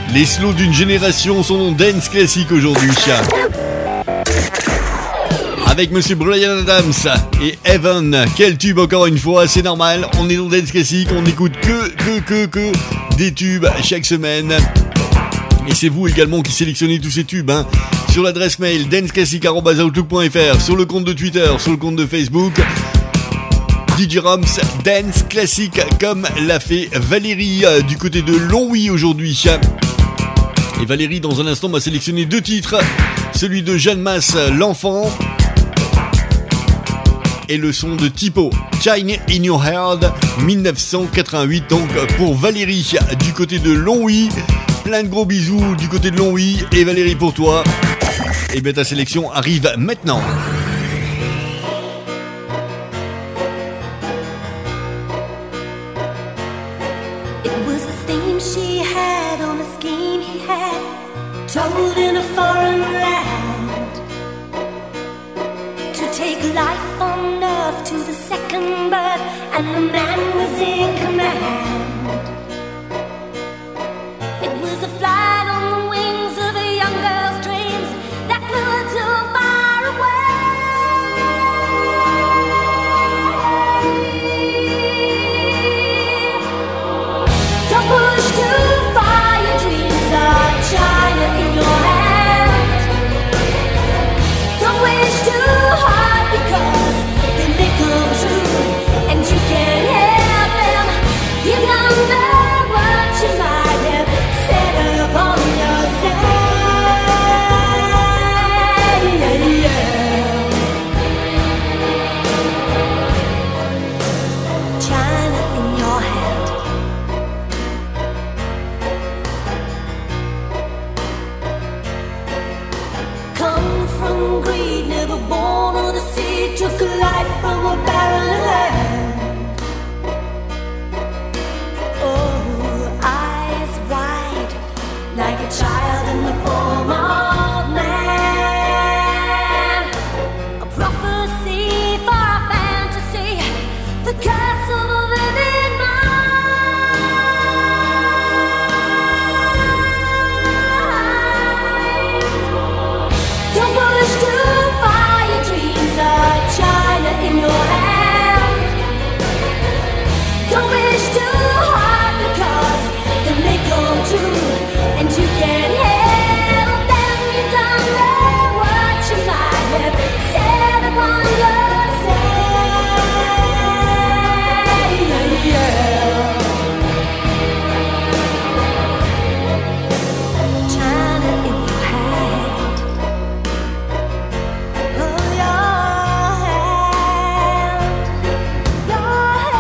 Les slows d'une génération sont dans Dance Classique aujourd'hui. Avec Monsieur Bryan Adams et Evan. Quel tube encore une fois, c'est normal. On est dans Dance Classique, on n'écoute que des tubes chaque semaine. Et c'est vous également qui sélectionnez tous ces tubes, hein. Sur l'adresse mail danceclassique@outlook.fr, sur le compte de Twitter, sur le compte de Facebook. DJ Roms Dance Classique, comme l'a fait Valérie du côté de Longwy aujourd'hui. Et Valérie, dans un instant, m'a sélectionné 2 titres. Celui de Jeanne Masse, L'Enfant, et le son de Tipo, Shine in Your Heart, 1988. Donc pour Valérie du côté de Longwy, plein de gros bisous du côté de Longwy. Et Valérie, pour toi, et bien ta sélection arrive maintenant. Told in a foreign land to take life on earth to the second birth, and the man was in command. It was a flight on the wings of a young girl's dreams that flew too far away. Don't push too far, your dreams are China in your hand. Don't wish too hard because they may come true, and you can't help them. You don't know what you might have set upon yourself. China in your hand. Come from greed, never born of the sea, took life from a barren land. Oh, eyes wide, like a child in the form of man. A prophecy for a fantasy, the curse of a living mind. Don't push too far, your dreams are China in your hand. Don't wish too hard because they may come true, and you can't help them. You don't know what you might have set upon yourself. China in your hand. Oh, your hand. Your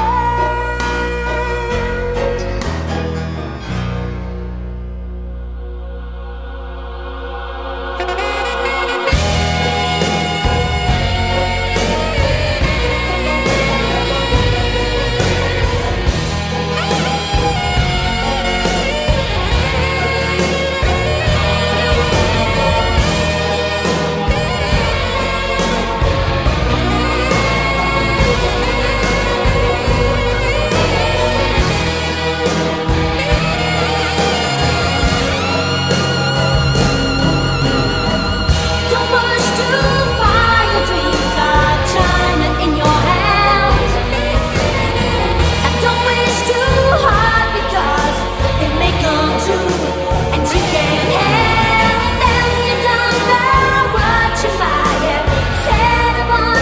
Don't push too far, your dreams are China in your hand. And don't wish too hard because it may come true, and you can't help them. You don't know what you might have set upon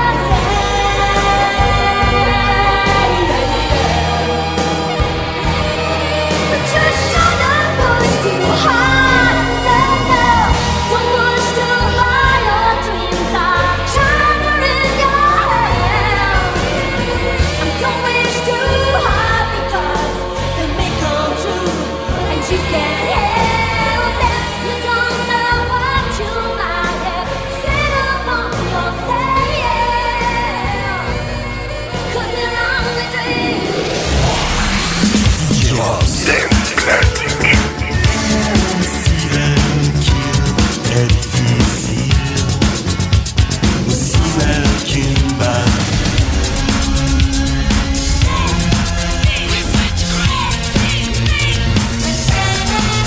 yourself. But you shouldn't push too hard. No, no. Don't push too far, your dreams are China in your hand. And don't wish too hard because they may come true, and you can't help them. You don't know what you might have set upon yourself. 'Cause they're only dreams. Dance Classic. Don't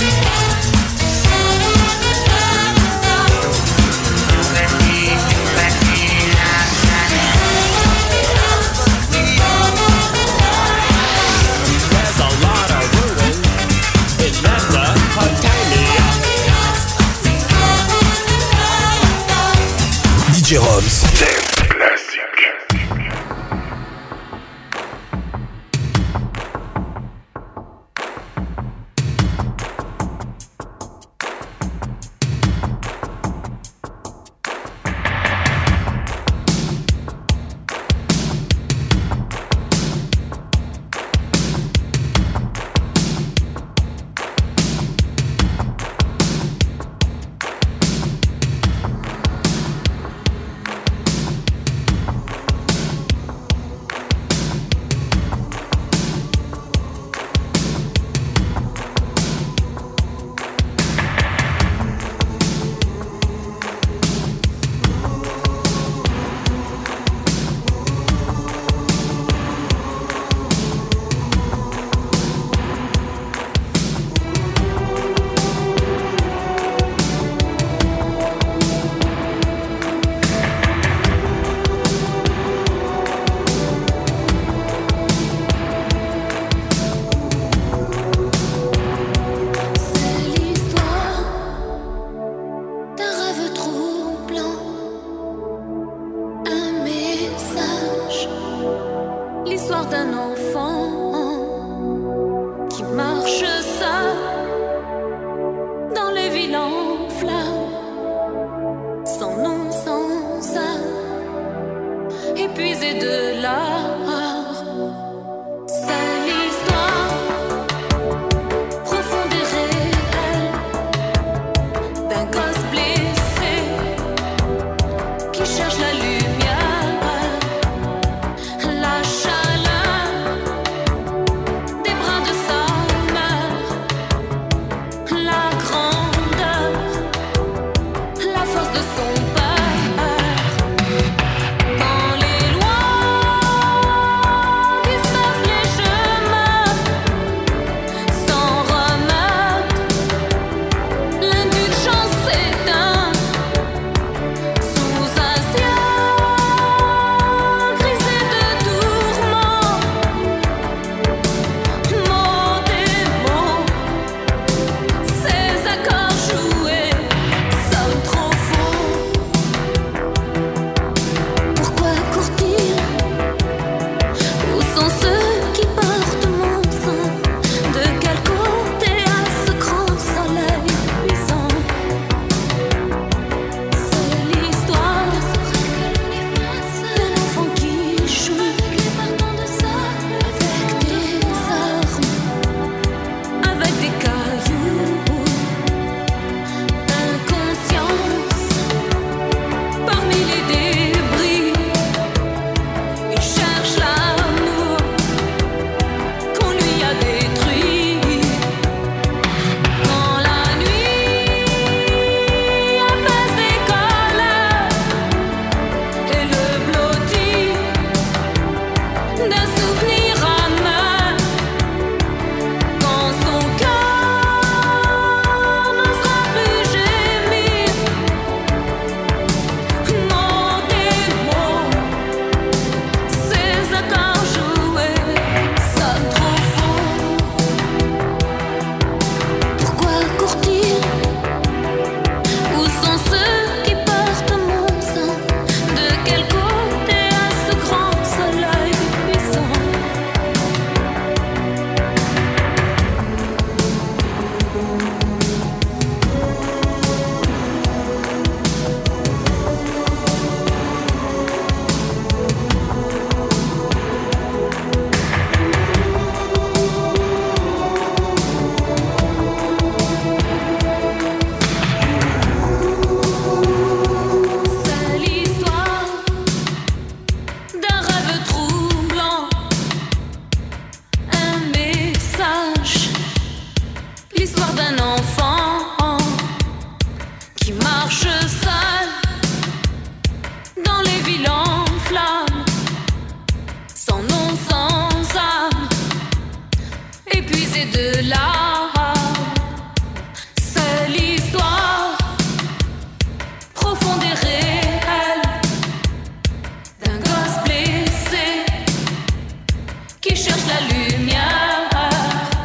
DJ Roms. Dance classique.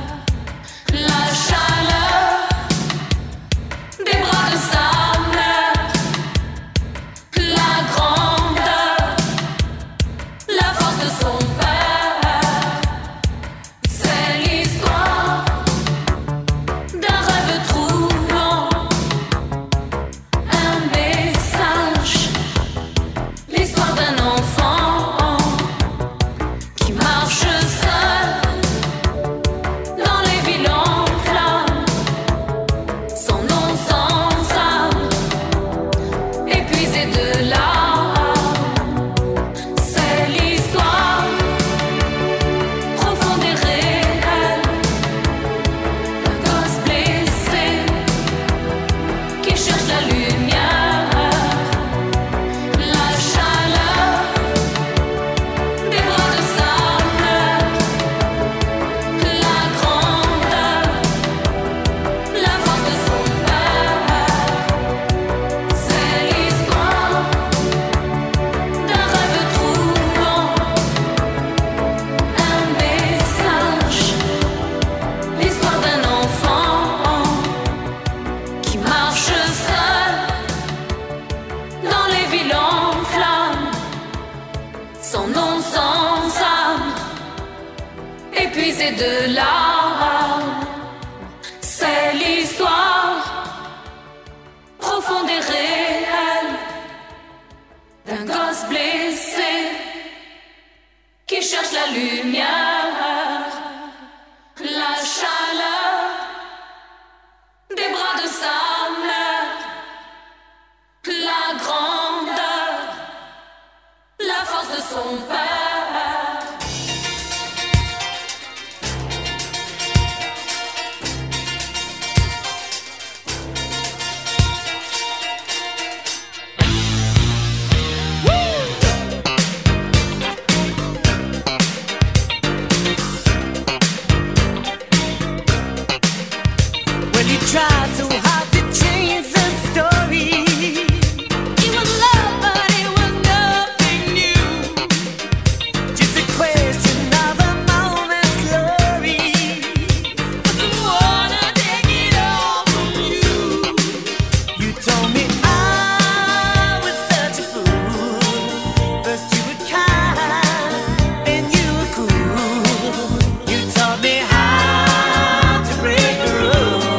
Des bras de sa mère. de larmes. C'est l'histoire profonde et réelle d'un gosse blessé qui cherche la lumière, la chaleur des bras de sa mère, la grandeur, la force de son père. Tried so hard to change the story. It was love, but it was nothing new. Just a question of a moment's glory. For someone to take it all from you. You told me I was such a fool. First you were kind, then you were cool. You taught me how to break the rules.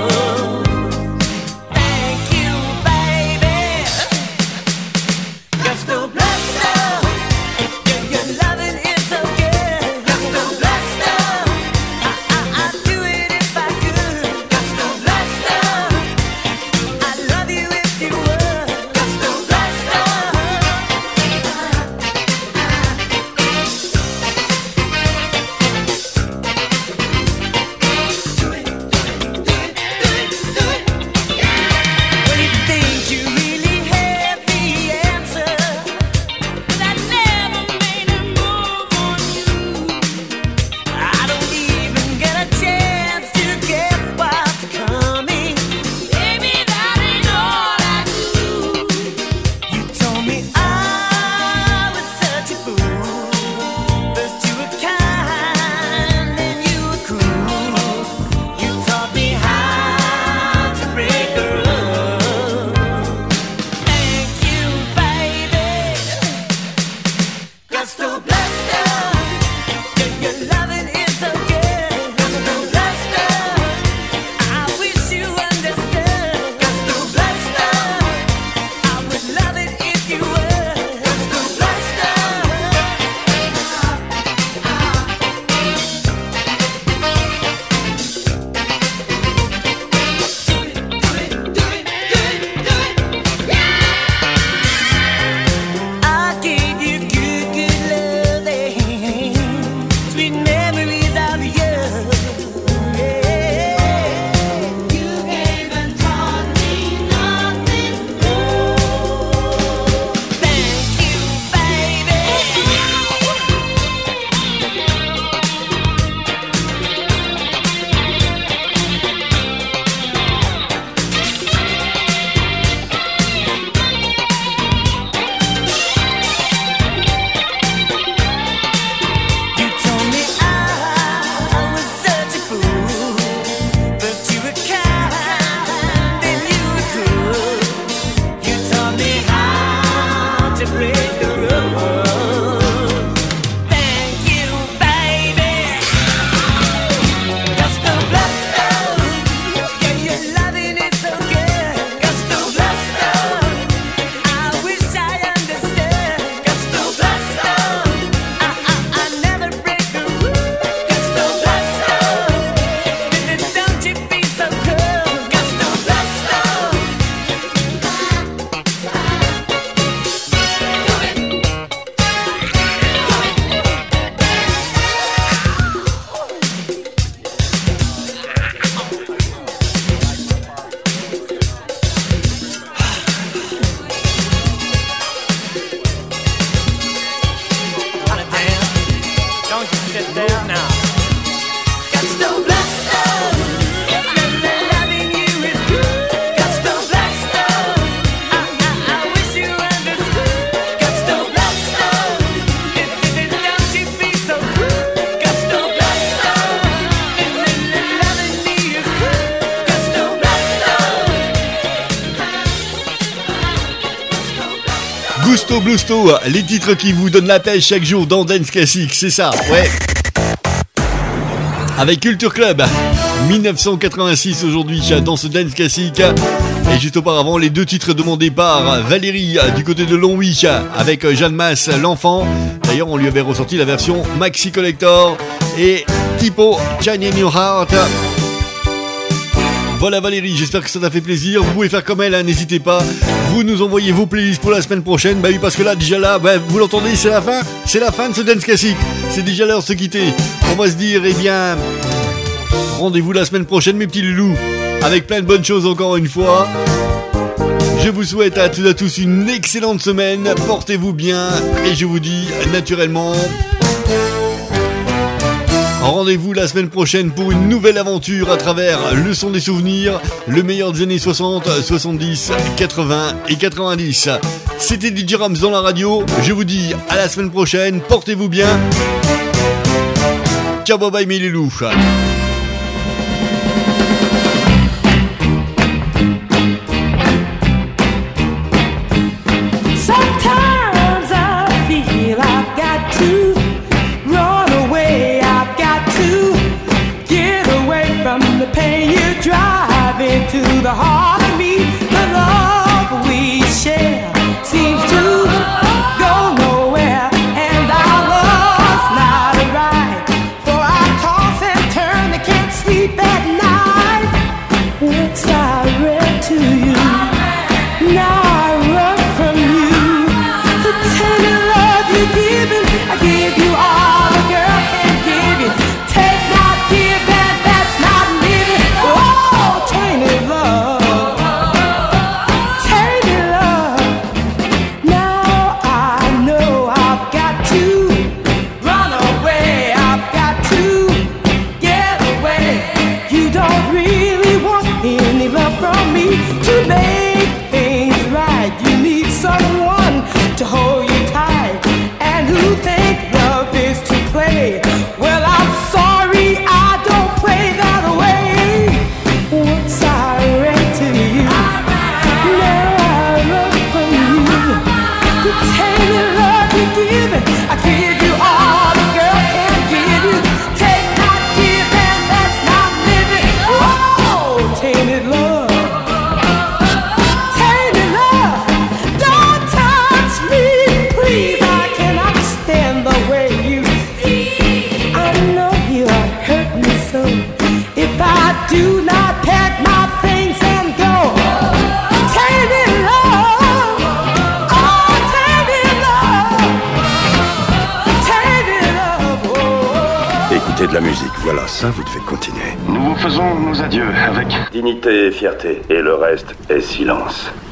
Gusto Blusto, les titres qui vous donnent la pêche chaque jour dans Dance Classic, c'est ça, ouais. avec Culture Club. 1986 aujourd'hui dans ce dance classique. Et juste auparavant, les deux titres demandés par Valérie du côté de Longwy avec Jeanne Masse, L'Enfant. D'ailleurs, on lui avait ressorti la version Maxi Collector et Tipo Shine in Your Heart. Voilà Valérie, j'espère que ça t'a fait plaisir. Vous pouvez faire comme elle, hein, n'hésitez pas. Vous nous envoyez vos playlists pour la semaine prochaine. Bah oui, parce que là, déjà là, vous l'entendez, c'est la fin de ce dance classique. C'est déjà l'heure de se quitter. On va se dire, eh bien, rendez-vous la semaine prochaine, mes petits loulous, avec plein de bonnes choses encore une fois. Je vous souhaite à toutes et à tous une excellente semaine. Portez-vous bien et je vous dis naturellement rendez-vous la semaine prochaine pour une nouvelle aventure à travers le son des souvenirs, le meilleur des années 60, 70, 80 et 90. C'était DJ Rams dans la radio. Je vous dis à la semaine prochaine. Portez-vous bien. Ciao, bye bye mes loulous. Sometimes I feel I've got to run away. I've got to get away from the pain you drive into the heart of me. The love we share seems to go nowhere, and our love's not right. For I toss and turn, I can't sleep at night. Once I read to you, now I run from you. The tender love you're giving, I give you all a girl can't give you. Take not, give, and that's not living. Oh, tainted love, tainted love. Now I know I've got to run away. I've got to get away. You don't really want any love from me to make things right. You need someone to hold you tight and who think love is to play. Well, I'm sorry, I don't play that way. Once I read to you, now I run from you. The tainted love you give, I give you all the girl can't give you. Take not, give, and that's not living. Oh, tainted love, tainted love. Don't touch me, please. I cannot stand the way you. I know you hurt me so. If I do not pack my things and go, tainted love, oh tainted love, oh. Écoutez de la musique, voilà, ça vous devez continuer. Nous vous faisons nos adieux avec dignité et fierté, et le reste est silence.